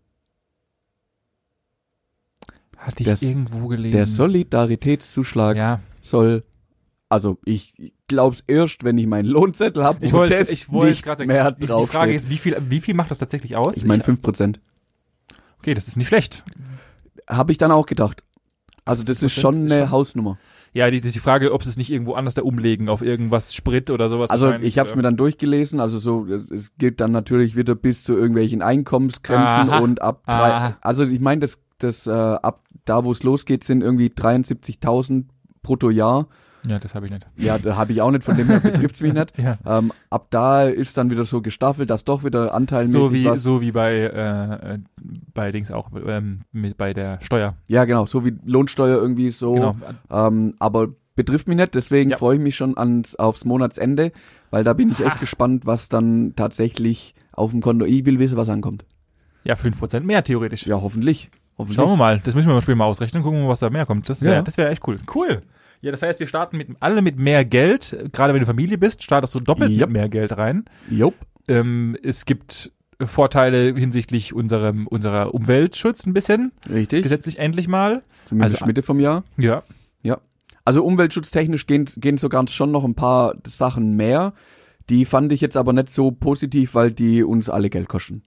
Hatte ich Der- irgendwo gelesen. Der Solidaritätszuschlag Ja. soll, also ich glaub's erst, wenn ich meinen Lohnzettel habe, Ich wo wollte, das ich wollte nicht gerade mehr sagen, die, die draufsteht. Frage ist, wie viel, wie viel macht das tatsächlich aus? Ich meine fünf Prozent. Okay, das ist nicht schlecht. Habe ich dann auch gedacht. Also das ist schon ist eine schon- Hausnummer. Ja, die, die ist die Frage, ob sie es nicht irgendwo anders da umlegen, auf irgendwas Sprit oder sowas. Also wahrscheinlich, ich habe es oder? mir dann durchgelesen, also so, es- es geht dann natürlich wieder bis zu irgendwelchen Einkommensgrenzen Aha. und ab drei, Aha. also ich meine, das, das äh, ab da, wo es losgeht, sind irgendwie dreiundsiebzigtausend brutto Jahr. Ja, das habe ich nicht. Ja, da habe ich auch nicht, von dem her betrifft's mich nicht. Ja. Ähm, ab da ist dann wieder so gestaffelt, dass doch wieder anteilmäßig So wie, was. so wie bei, äh, äh, bei Dings auch, ähm, mit, bei der Steuer. Ja, genau, so wie Lohnsteuer irgendwie so. Genau. Ähm, aber betrifft mich nicht, deswegen Ja. freue ich mich schon ans, aufs Monatsende, weil da bin ich echt Ha. gespannt, was dann tatsächlich auf dem Konto, ich will wissen, was ankommt. Ja, fünf Prozent mehr theoretisch. Ja, hoffentlich. hoffentlich. Schauen wir mal. Das müssen wir mal später mal ausrechnen. Gucken wir mal, was da mehr kommt. Das wäre Ja. das wäre echt cool. Cool. Ja, das heißt, wir starten mit alle mit mehr Geld. Gerade wenn du Familie bist, startest du doppelt Yep. mit mehr Geld rein. Jupp. Ähm, es gibt Vorteile hinsichtlich unserem unserer Umweltschutz ein bisschen. Richtig. Gesetzlich endlich mal. Zumindest also- Mitte vom Jahr. Ja. Also umweltschutztechnisch gehen, gehen sogar schon noch ein paar Sachen mehr. Die fand ich jetzt aber nicht so positiv, weil die uns alle Geld kosten.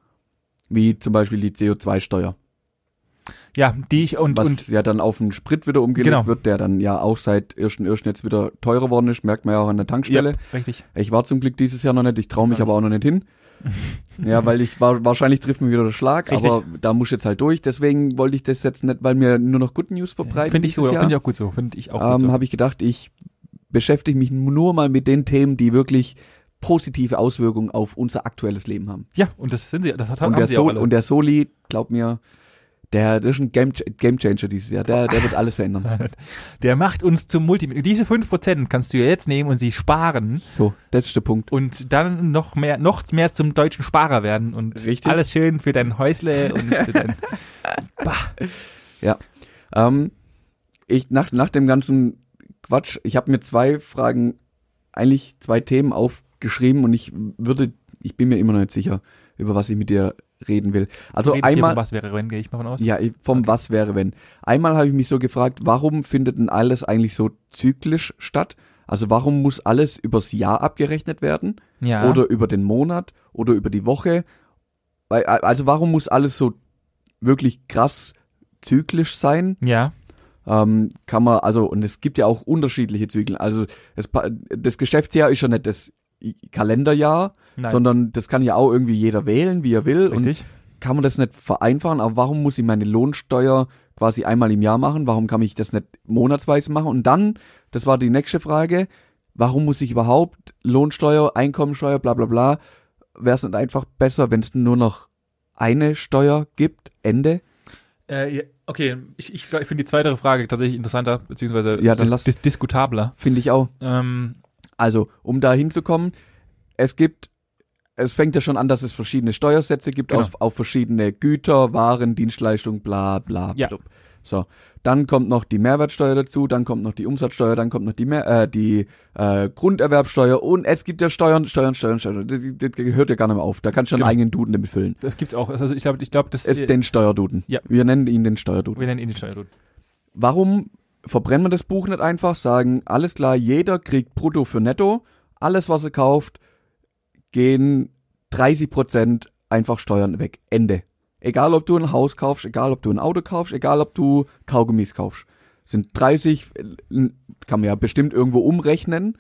Wie zum Beispiel die C O zwei Steuer. Ja, die ich und, Was und ja dann auf den Sprit wieder umgelegt Genau. wird, der dann ja auch seit ersten ersten jetzt wieder teurer worden ist, merkt man ja auch an der Tankstelle. ja, richtig. Ich war zum Glück dieses Jahr noch nicht, ich traue mich Ich auch aber auch noch nicht hin. Ja, weil ich war, wahrscheinlich trifft mir wieder der Schlag, Richtig. aber da muss ich jetzt halt durch. Deswegen wollte ich das jetzt nicht, weil mir nur noch Good News verbreiten Finde ich, dieses so, Jahr. find ich auch gut so. Finde ich auch gut ähm, so. habe ich gedacht, ich beschäftige mich nur mal mit den Themen, die wirklich positive Auswirkungen auf unser aktuelles Leben haben. Ja, und das sind sie, das Und haben der, sie auch Sol alle. und der Soli, glaub mir, der, der ist ein Game, Game Changer dieses Jahr. Der, der wird alles verändern. Der macht uns zum Multi. Diese fünf Prozent kannst du ja jetzt nehmen und sie sparen So, das ist der Punkt. und dann noch mehr, noch mehr zum deutschen Sparer werden und Richtig. alles schön für dein Häusle und für dein, Ja. Ähm, ich, nach, nach dem ganzen Quatsch, ich habe mir zwei Fragen, eigentlich zwei Themen aufgeschrieben und ich würde, ich bin mir immer noch nicht sicher, über was ich mit dir reden will. Also Redest hier einmal, von was wäre, wenn, gehe ich mal von aus. ja, vom was wäre wenn. Einmal habe ich mich so gefragt, warum findet denn alles eigentlich so zyklisch statt? Also warum muss alles übers Jahr abgerechnet werden? Ja. Oder über den Monat oder über die Woche? Weil, also warum muss alles so wirklich krass zyklisch sein? Ja. Ähm, kann man, also, und es gibt ja auch unterschiedliche Zyklen. Also das, Pa- das Geschäftsjahr ist ja nicht das I- Kalenderjahr, Nein. sondern das kann ja auch irgendwie jeder wählen, wie er will. Richtig. Und kann man das nicht vereinfachen? Aber warum muss ich meine Lohnsteuer quasi einmal im Jahr machen? Warum kann ich das nicht monatsweise machen? Und dann, das war die nächste Frage, warum muss ich überhaupt Lohnsteuer, Einkommensteuer, bla bla bla? Wäre es nicht einfach besser, wenn es nur noch eine Steuer gibt? Ende? Äh, ja, okay, ich, ich finde die zweite Frage tatsächlich interessanter, beziehungsweise Ja, dann dis, lass- dis, diskutabler. Finde ich auch. Ähm, Also, um da hinzukommen, es gibt es fängt ja schon an, dass es verschiedene Steuersätze gibt Genau. auf, auf verschiedene Güter, Waren, Dienstleistungen, bla bla Ja. blub. So, dann kommt noch die Mehrwertsteuer dazu, dann kommt noch die Umsatzsteuer, dann kommt noch die Mehr äh, die äh, Grunderwerbsteuer und es gibt ja Steuern, Steuern, Steuern, Steuern. Das, das hört ja gar nicht mehr auf. Da kannst du einen Genau. eigenen Duden damit füllen. Das gibt's auch. Also ich glaube, ich glaube, das Es ist den Steuerduden. Ja. Wir nennen ihn den Steuerduden. wir nennen ihn die Steuerduden. Warum verbrennen wir das Buch nicht einfach? Sagen, alles klar, jeder kriegt brutto für netto. Alles, was er kauft, gehen dreißig Prozent einfach Steuern weg. Ende. Egal, ob du ein Haus kaufst, egal, ob du ein Auto kaufst, egal, ob du Kaugummis kaufst. Sind dreißig, äh, kann man ja bestimmt irgendwo umrechnen,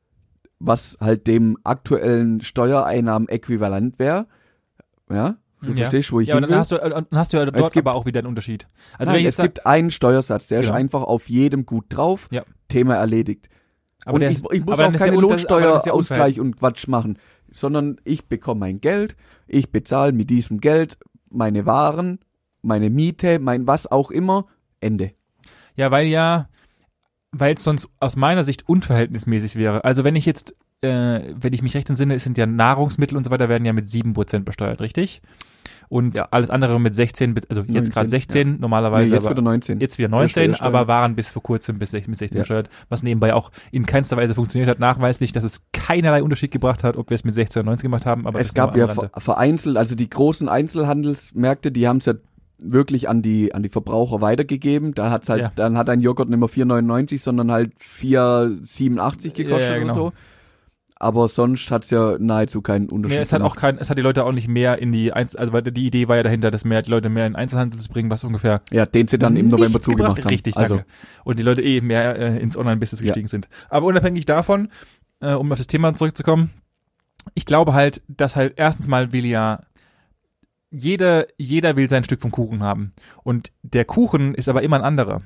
was halt dem aktuellen Steuereinnahmen äquivalent wäre. Ja, du Ja. verstehst, wo ich Ja, aber hin dann will. hast du, äh, dann hast du ja dort gibt- aber auch wieder einen Unterschied. Also Nein, wenn ich es jetzt gibt einen Steuersatz, der Genau. ist einfach auf jedem Gut drauf. Ja. Thema erledigt. aber Und der ich, ist- ich muss aber dann auch ist der keine unter- aber dann ist der Lohnsteuerausgleich und Quatsch machen, sondern ich bekomme mein Geld, ich bezahle mit diesem Geld meine Waren, meine Miete, mein was auch immer, Ende. Ja, weil ja, weil es sonst aus meiner Sicht unverhältnismäßig wäre. Also wenn ich jetzt, äh, wenn ich mich recht entsinne, es sind ja Nahrungsmittel und so weiter, werden ja mit sieben Prozent besteuert, richtig? Und Ja. alles andere mit sechzehn, also jetzt neunzehn, gerade sechzehn, Nee, normalerweise jetzt aber wieder neunzehn. jetzt wieder neunzehn, Steuer- aber waren bis vor kurzem bis sechzehn, mit sechzehn Ja. besteuert, was nebenbei auch in keinster Weise funktioniert hat, nachweislich, dass es keinerlei Unterschied gebracht hat, ob wir es mit sechzehn oder neunzehn gemacht haben, aber Es das nur gab am ja Rande. ver- vereinzelt, also die großen Einzelhandelsmärkte, die haben es ja wirklich an die an die Verbraucher weitergegeben. Da hat's halt, Ja. dann hat ein Joghurt nicht mehr vier neunundneunzig, sondern halt vier siebenundachtzig gekostet Ja, ja, genau. oder so. Aber sonst hat's ja nahezu keinen Unterschied. Nee, es hat gemacht. auch kein, es hat die Leute auch nicht mehr in die Einzel, also weil die Idee war ja dahinter, dass mehr die Leute mehr in Einzelhandel zu bringen, was ungefähr Ja, den sie dann im November nichts zugemacht gebracht, haben. Richtig, also, danke. Und die Leute eh mehr äh, ins Online-Business Ja. gestiegen sind. Aber unabhängig davon, äh, um auf das Thema zurückzukommen, ich glaube halt, dass halt erstens mal will ja jeder, jeder will sein Stück vom Kuchen haben. Und der Kuchen ist aber immer ein anderer.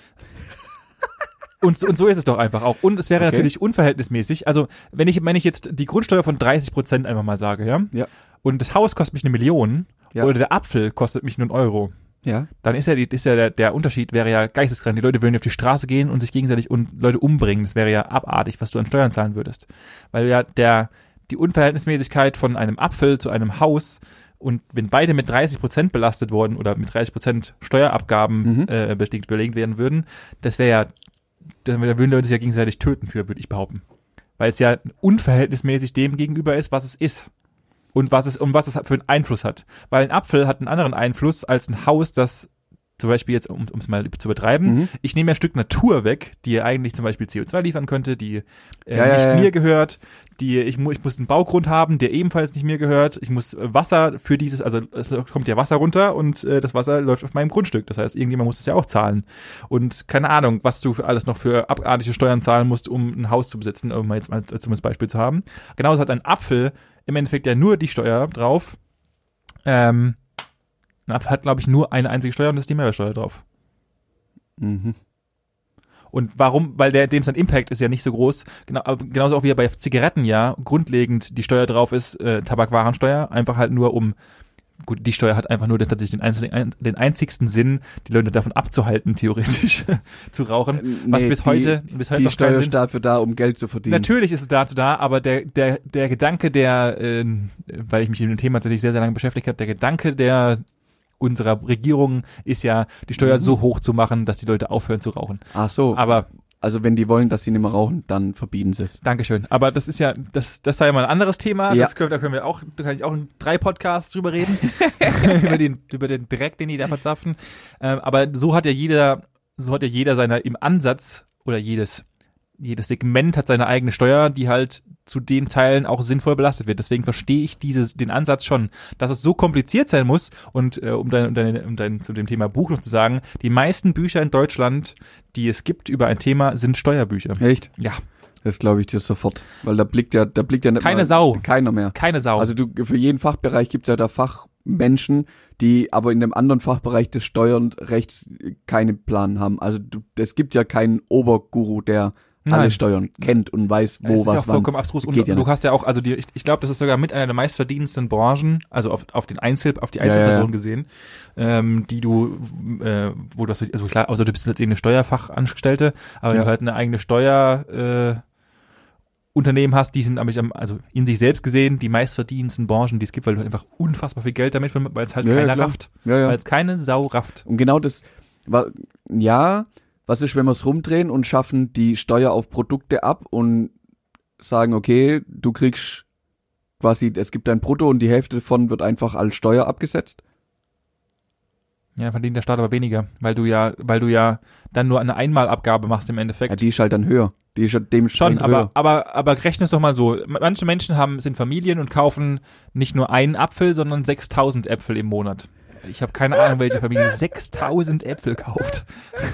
Und, so- und so ist es doch einfach auch. Und es wäre Okay. natürlich unverhältnismäßig. Also, wenn ich, wenn ich jetzt die Grundsteuer von dreißig Prozent einfach mal sage, ja? Ja. Und das Haus kostet mich eine Million, Ja. oder der Apfel kostet mich nur einen Euro. ja. Dann ist ja, die, ist ja der, der Unterschied wäre ja geisteskrank. Die Leute würden auf die Straße gehen und sich gegenseitig und Leute umbringen. Das wäre ja abartig, was du an Steuern zahlen würdest. Weil ja der, die Unverhältnismäßigkeit von einem Apfel zu einem Haus und wenn beide mit dreißig Prozent belastet wurden oder mit dreißig Prozent Steuerabgaben Mhm. äh, belegt, belegt werden würden, das wäre ja, da würden Leute sich ja gegenseitig töten für, würde ich behaupten. Weil es ja unverhältnismäßig dem gegenüber ist, was es ist. Und was es, um was es für einen Einfluss hat. Weil ein Apfel hat einen anderen Einfluss als ein Haus, das zum Beispiel jetzt, um es mal zu betreiben, Mhm. ich nehme ja ein Stück Natur weg, die eigentlich zum Beispiel C O zwei liefern könnte, die äh, Ja, ja, nicht ja. mir gehört, die ich, mu ich muss einen Baugrund haben, der ebenfalls nicht mir gehört, ich muss äh, Wasser für dieses, also es kommt ja Wasser runter und äh, das Wasser läuft auf meinem Grundstück, das heißt, irgendjemand muss das ja auch zahlen. Und keine Ahnung, was du für alles noch für abartige Steuern zahlen musst, um ein Haus zu besitzen, um mal jetzt mal als dummes Beispiel zu haben. Genauso hat ein Apfel im Endeffekt ja nur die Steuer drauf, ähm, ein Apfel hat, glaube ich, nur eine einzige Steuer und das ist die Mehrwertsteuer drauf. Mhm. Und warum? Weil der, dem sein Impact ist ja nicht so groß. Genau, aber genauso auch wie bei Zigaretten ja grundlegend die Steuer drauf ist, äh, Tabakwarensteuer, einfach halt nur um, gut, die Steuer hat einfach nur den, tatsächlich den, einzigen, den einzigsten Sinn, die Leute davon abzuhalten, theoretisch zu rauchen, was Nee, bis die- heute, bis heute Die noch keinen Steuer Sinn. ist dafür da, um Geld zu verdienen. Natürlich ist es dazu da, aber der, der, der Gedanke, der, äh, weil ich mich mit dem Thema tatsächlich sehr, sehr lange beschäftigt habe, der Gedanke der unserer Regierung ist ja, die Steuer Mhm. so hoch zu machen, dass die Leute aufhören zu rauchen. Ach so, Aber also wenn die wollen, dass sie nicht mehr rauchen, dann verbieten sie es. Dankeschön. Aber das ist ja, das, das sei ja mal ein anderes Thema. Ja. Das können, da können wir auch, da kann ich auch in drei Podcasts drüber reden. über den, über den Dreck, den die da verzapfen. Ähm, aber so hat ja jeder, so hat ja jeder seine, im Ansatz, oder jedes, jedes Segment hat seine eigene Steuer, die halt zu den Teilen auch sinnvoll belastet wird. Deswegen verstehe ich dieses, den Ansatz schon, dass es so kompliziert sein muss. Und äh, um, dein, um, dein, um dein, zu dem Thema Buch noch zu sagen, die meisten Bücher in Deutschland, die es gibt über ein Thema, sind Steuerbücher. Echt? Ja, Das glaube ich dir sofort. Weil da blickt ja, da blickt ja nicht Keine mal Sau. keiner mehr. keine Sau. Also du, für jeden Fachbereich gibt's ja da Fachmenschen, die aber in dem anderen Fachbereich des Steuernrechts keinen Plan haben. Also du, es gibt ja keinen Oberguru, der Nein. alle Steuern kennt und weiß, wo Ja, es ist was ja auch wann. vollkommen abstrus. Und Geht ja du nicht. hast ja auch, also die, ich, ich glaube, das ist sogar mit einer der meistverdienendsten Branchen, also auf, auf den Einzel, auf die Ja, ja, Einzelperson ja. gesehen, ähm, die du, äh, wo du hast, also klar, also du bist jetzt eben eine Steuerfachangestellte, aber wenn Ja. du halt eine eigene Steuer, äh, Unternehmen hast, die sind aber also in sich selbst gesehen die meistverdienendsten Branchen, die es gibt, weil du einfach unfassbar viel Geld damit, weil es halt Ja, ja, keiner klar. rafft. Ja, ja. Weil es keine Sau rafft. Und genau das war, ja, was ist, wenn wir es rumdrehen und schaffen die Steuer auf Produkte ab und sagen, okay, du kriegst quasi, es gibt ein Brutto und die Hälfte davon wird einfach als Steuer abgesetzt? Ja, dann verdient der Staat aber weniger, weil du ja, weil du ja dann nur eine Einmalabgabe machst im Endeffekt. Ja, die ist halt dann höher. Die ist ja dementsprechend Schon, aber, höher. aber, aber rechne es doch mal so. Manche Menschen haben, sind Familien und kaufen nicht nur einen Apfel, sondern sechstausend Äpfel im Monat. Ich habe keine Ahnung, welche Familie sechstausend Äpfel kauft.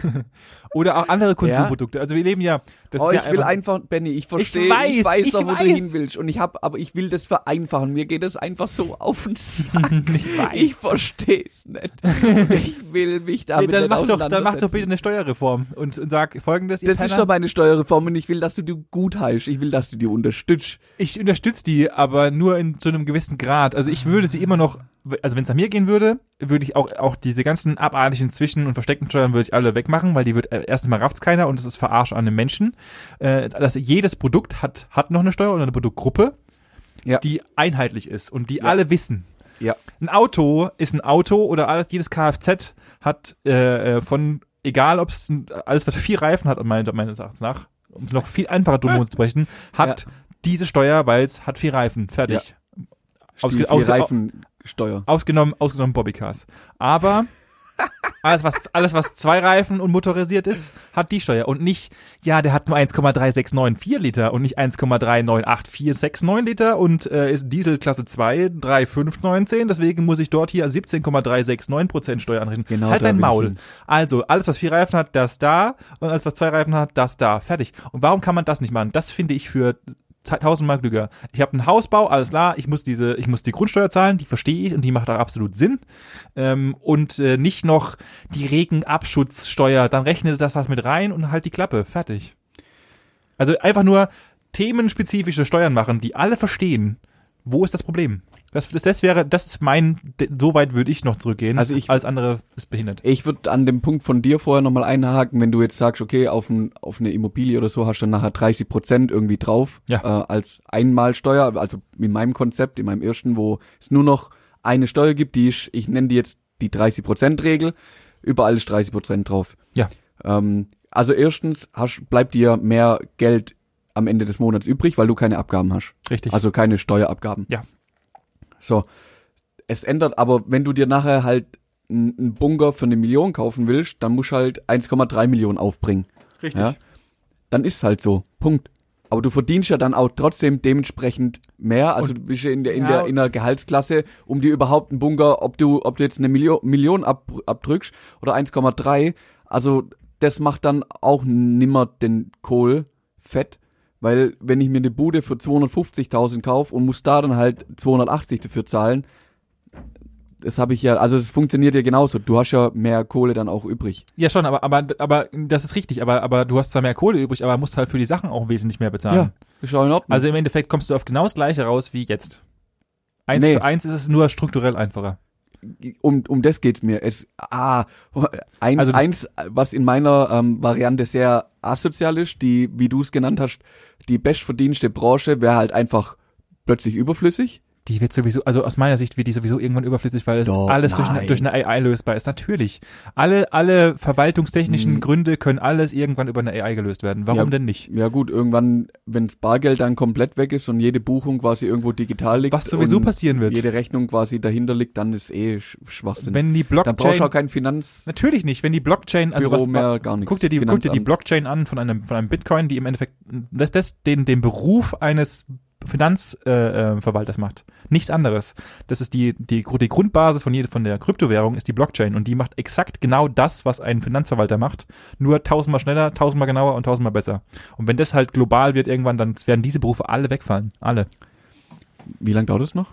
Oder auch andere Konsumprodukte. Also wir leben ja, das Oh, ist ja ich will einfach, einfach, Benny, ich verstehe, Ich weiß, ich weiß ich doch, wo weiß. du hin willst. Und ich hab, aber ich will das vereinfachen. Mir geht es einfach so auf den Sack. Ich weiß. Ich verstehe es nicht. Und ich will mich nee, damit dann nicht mach doch, dann mach doch auseinandersetzen. bitte eine Steuerreform und, und sag folgendes, ihr Das ist Penner, doch meine Steuerreform und ich will, dass du die gut heißt. Ich will, dass du die unterstützt. ich unterstütze die, aber nur in zu einem gewissen Grad. Also ich würde sie immer noch, also wenn es an mir gehen würde, würde ich auch auch diese ganzen abartigen Zwischen- und versteckten Steuern würde ich alle wegmachen, weil die wird äh, erstens mal rafft's keiner und es ist Verarsch an den Menschen. Äh, dass jedes Produkt hat hat noch eine Steuer oder eine Produktgruppe, Ja. die einheitlich ist und die Ja. alle wissen. Ja. Ein Auto ist ein Auto oder alles, jedes Kfz hat äh, äh, von, egal ob es alles, was vier Reifen hat, meiner meines Erachtens nach, um es noch viel einfacher drumherum zu sprechen, hat Ja. diese Steuer, weil es hat vier Reifen. Fertig. Ausge- Die ausge- Reifensteuer. Ausgenommen, ausgenommen Bobbycars. Aber alles, was, alles, was zwei Reifen und motorisiert ist, hat die Steuer. Und nicht, ja, der hat nur eins Komma drei sechs neun vier Liter und nicht eins Komma drei neun acht vier sechs neun Liter und äh, ist Diesel Klasse zwei, drei fünf neunzehn. Deswegen muss ich dort hier siebzehn Komma drei sechs neun Prozent Steuer anrechnen. Genau, halt da dein will ich Maul. hin. Also, alles, was vier Reifen hat, das da. Und alles, was zwei Reifen hat, das da. Fertig. Und warum kann man das nicht machen? Das finde ich für tausendmal klüger. Ich habe einen Hausbau, alles klar, ich muss diese, ich muss die Grundsteuer zahlen, die verstehe ich und die macht auch absolut Sinn. Ähm, und äh, nicht noch die Regenabschutzsteuer, dann rechne das das mit rein und halt die Klappe, fertig. Also einfach nur themenspezifische Steuern machen, die alle verstehen. Wo ist das Problem? Das, das, das wäre, das ist mein, so weit würde ich noch zurückgehen. Also ich- alles andere ist behindert. Ich würde an dem Punkt von dir vorher nochmal einhaken, wenn du jetzt sagst, okay, auf, ein, auf eine Immobilie oder so hast du dann nachher dreißig Prozent irgendwie drauf Ja. äh, als Einmalsteuer, also in meinem Konzept, in meinem ersten, wo es nur noch eine Steuer gibt, die ist, ich nenne die jetzt die dreißig Prozent Regel, überall ist dreißig Prozent drauf. Ja. Ähm, also erstens hast, bleibt dir mehr Geld am Ende des Monats übrig, weil du keine Abgaben hast. Richtig. Also keine Steuerabgaben. Ja. So. Es ändert aber, wenn du dir nachher halt einen Bunker für eine Million kaufen willst, dann musst du halt eins Komma drei Millionen aufbringen. Richtig. Ja? Dann ist halt so. Punkt. Aber du verdienst ja dann auch trotzdem dementsprechend mehr. Also Und- du bist ja in der, in ja, der, in der Gehaltsklasse, um dir überhaupt einen Bunker, ob du, ob du jetzt eine Million, Million ab, abdrückst oder eins Komma drei. Also das macht dann auch nimmer den Kohl fett. Weil wenn ich mir eine Bude für zweihundertfünfzigtausend kaufe und muss da dann halt zweihundertachtzig dafür zahlen, das habe ich ja, also es funktioniert ja genauso. Du hast ja mehr Kohle dann auch übrig. Ja, schon, aber, aber, aber, das ist richtig, aber, aber du hast zwar mehr Kohle übrig, aber musst halt für die Sachen auch wesentlich mehr bezahlen. Ja, ist auch in Ordnung. Also im Endeffekt kommst du auf genau das Gleiche raus wie jetzt. Eins Nee. zu eins ist es nur strukturell einfacher. um, um das geht's mir. Es, ah, ein, Also- eins, was in meiner ähm, Variante sehr asozial ist, die, wie du es genannt hast, die bestverdienste Branche wäre halt einfach plötzlich überflüssig. Die wird sowieso, also aus meiner Sicht wird die sowieso irgendwann überflüssig, weil es Doch, alles durch eine, nein. durch eine A I lösbar ist. Natürlich. Alle, alle verwaltungstechnischen Hm. Gründe können alles irgendwann über eine A I gelöst werden. Warum Ja. denn nicht? Ja gut, irgendwann, wenns Bargeld dann komplett weg ist und jede Buchung quasi irgendwo digital liegt. Was sowieso und passieren wird. jede Rechnung quasi dahinter liegt, dann ist eh Sch- Schwachsinn. Wenn die dann brauchst du Blockchain, auch kein Finanzbüro natürlich nicht, wenn die Blockchain, also was, mehr, gar nichts. guck dir die, guck dir die Finanzamt. Blockchain an von einem, von einem Bitcoin, die im Endeffekt, das, das den, den Beruf eines Finanzverwalters äh, Verwalters macht. Nichts anderes. Das ist die, die, die Grundbasis von, jede, von der Kryptowährung ist die Blockchain und die macht exakt genau das, was ein Finanzverwalter macht. Nur tausendmal schneller, tausendmal genauer und tausendmal besser. Und wenn das halt global wird irgendwann, dann werden diese Berufe alle wegfallen. Alle. Wie lange dauert es noch?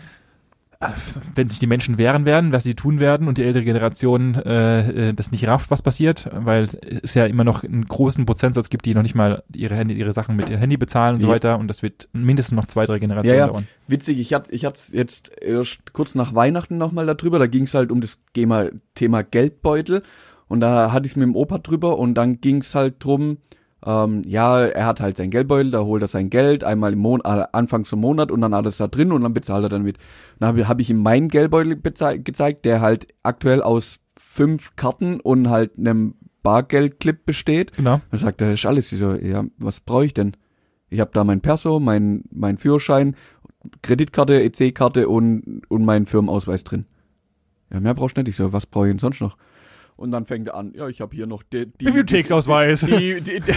Wenn sich die Menschen wehren werden, was sie tun werden und die ältere Generation äh, äh, das nicht rafft, was passiert, weil es ja immer noch einen großen Prozentsatz gibt, die noch nicht mal ihre Handy, ihre Sachen mit ihr Handy bezahlen und so Ja. weiter und das wird mindestens noch zwei, drei Generationen Ja, ja. dauern. Witzig, ich hatte ich hat's jetzt erst kurz nach Weihnachten nochmal darüber, da ging es halt um das Thema, Thema Geldbeutel und da hatte ich es mit dem Opa drüber und dann ging es halt drum, Ähm, ja, er hat halt sein Geldbeutel, da holt er sein Geld einmal im Monat, Anfang vom Monat und dann alles da drin und dann bezahlt er dann mit. Dann habe hab ich ihm meinen Geldbeutel bezei- gezeigt, der halt aktuell aus fünf Karten und halt einem Bargeldclip besteht. Genau. Dann sagt er, das ist alles. Ich so, ja, was brauche ich denn? Ich habe da mein Perso, mein mein Führerschein, Kreditkarte, E C-Karte und und meinen Firmenausweis drin. Ja, mehr brauchst du nicht. Ich so, was brauche ich denn sonst noch? Und dann fängt er an, ja, ich habe hier noch die, die Bibliotheksausweis. Die, die, die,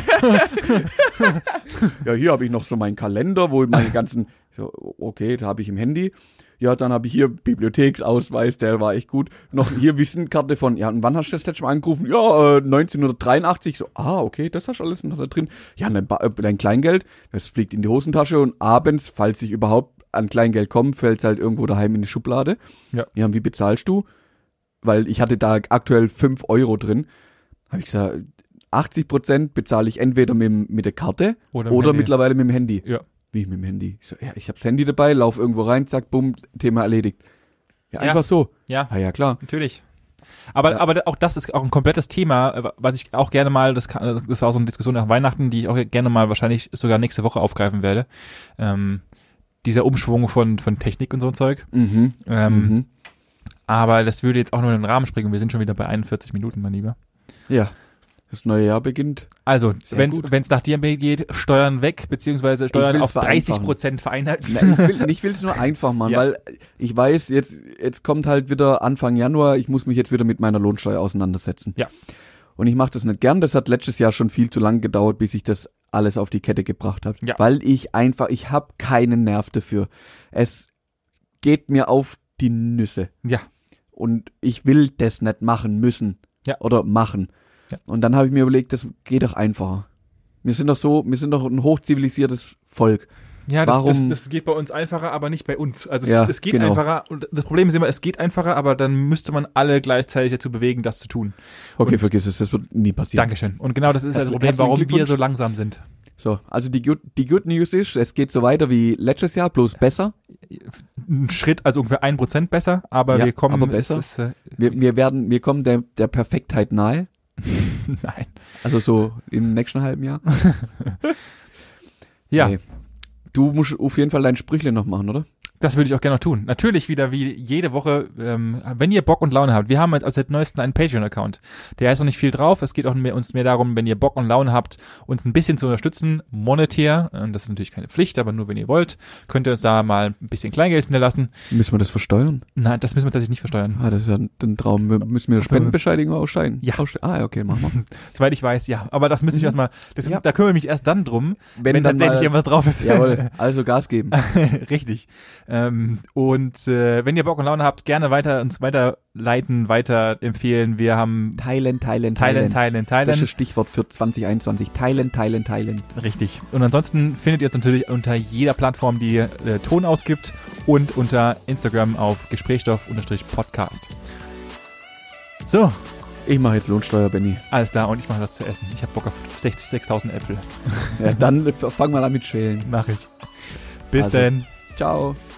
ja, hier habe ich noch so meinen Kalender, wo meine ganzen, so, okay, da habe ich im Handy. Ja, dann habe ich hier Bibliotheksausweis, der war echt gut. Noch hier Wissenkarte von, ja, und wann hast du das letzte Mal angerufen? Ja, äh, neunzehnhundertdreiundachtzig. So, ah, okay, das hast du alles noch da drin. Ja, dein, ba- äh, dein Kleingeld, das fliegt in die Hosentasche und abends, falls ich überhaupt an Kleingeld komme, fällt es halt irgendwo daheim in die Schublade. Ja. Ja, und wie bezahlst du? Weil ich hatte da aktuell fünf Euro drin. Habe ich gesagt, achtzig Prozent bezahle ich entweder mit, mit der Karte Oder oder, mit dem Handy. mittlerweile mit dem Handy. Ja. Wie mit dem Handy? Ich so, ja, ich habe das Handy dabei, lauf irgendwo rein, zack, bumm, Thema erledigt. Ja, Ja. einfach so. Ja, Ah ja, klar. natürlich. Aber, Ja. aber auch das ist auch ein komplettes Thema, was ich auch gerne mal, das, kann, das war so eine Diskussion nach Weihnachten, die ich auch gerne mal wahrscheinlich sogar nächste Woche aufgreifen werde. Ähm, dieser Umschwung von, von Technik und so ein Zeug. Mhm. Ähm, Mhm. Aber das würde jetzt auch nur in den Rahmen springen. Wir sind schon wieder bei einundvierzig Minuten, mein Lieber. Ja. Das neue Jahr beginnt. Also, Sehr wenn gut. es nach dir geht, Steuern weg, beziehungsweise Steuern will's auf dreißig vereinfachen. Prozent vereinheitlichen. Na, ich will ich will's nur einfach machen, Ja. weil ich weiß, jetzt jetzt kommt halt wieder Anfang Januar, ich muss mich jetzt wieder mit meiner Lohnsteuer auseinandersetzen. Ja. Und ich mache das nicht gern, das hat letztes Jahr schon viel zu lang gedauert, bis ich das alles auf die Kette gebracht habe. Ja. Weil ich einfach, ich habe keinen Nerv dafür. Es geht mir auf die Nüsse. Ja. Und ich will das nicht machen müssen. Ja. Oder machen. Ja. Und dann habe ich mir überlegt, das geht doch einfacher. Wir sind doch so, wir sind doch ein hochzivilisiertes Volk. Ja, das, Warum- das, das geht bei uns einfacher, aber nicht bei uns. Also es, Ja, es geht genau. einfacher und das Problem ist immer, es geht einfacher, aber dann müsste man alle gleichzeitig dazu bewegen, das zu tun. Okay, Und- vergiss es, das wird nie passieren. Dankeschön. Und genau das ist Herzl- das Problem, herzlichen warum wir Glückwunsch. so langsam sind. So, also die Good, die Good News ist, es geht so weiter wie letztes Jahr, bloß besser. Ein Schritt, also ungefähr ein Prozent besser, aber Ja, wir kommen. aber besser. Es ist, äh, Wir, wir werden, wir kommen der, der Perfektheit nahe. nein. Also so im nächsten halben Jahr. Ja, Nee. Du musst auf jeden Fall dein Sprüchle noch machen, oder? das würde ich auch gerne noch tun. Natürlich wieder wie jede Woche, ähm, wenn ihr Bock und Laune habt. Wir haben jetzt seit neuestem einen Patreon-Account. Der ist noch nicht viel drauf. Es geht auch mehr, uns mehr darum, wenn ihr Bock und Laune habt, uns ein bisschen zu unterstützen, monetär. Und das ist natürlich keine Pflicht, aber nur wenn ihr wollt, könnt ihr uns da mal ein bisschen Kleingeld hinterlassen. Müssen wir das versteuern? Nein, das müssen wir tatsächlich nicht versteuern. Ah, das ist ja ein, ein Traum. Wir müssen wir eine Spendenbescheinigung ausscheiden? Ja. Ausste- ah, okay, machen wir. Soweit ich weiß, ja. Aber das müsste ich Mhm. erstmal, das, Ja. da kümmere ich mich erst dann drum, wenn, dann tatsächlich mal- irgendwas drauf ist. Jawohl, also Gas geben. Richtig. Ähm, und äh, wenn ihr Bock und Laune habt, gerne weiter uns weiterleiten, weiter empfehlen. Wir haben Teilen, teilen, Teilen, teilen. Teilen, Das ist Teilen. das Stichwort für zwanzig einundzwanzig. Teilen, teilen, teilen. Richtig. Und ansonsten findet ihr uns natürlich unter jeder Plattform, die äh, Ton ausgibt und unter Instagram auf Gesprächsstoff-Podcast. So, Ich mache jetzt Lohnsteuer, Benny. alles da und ich mache das zu essen. Ich habe Bock auf sechzig, sechstausend Äpfel. Ja, dann fang mal an mit Schälen. Mach ich. Bis Also. denn. Ciao.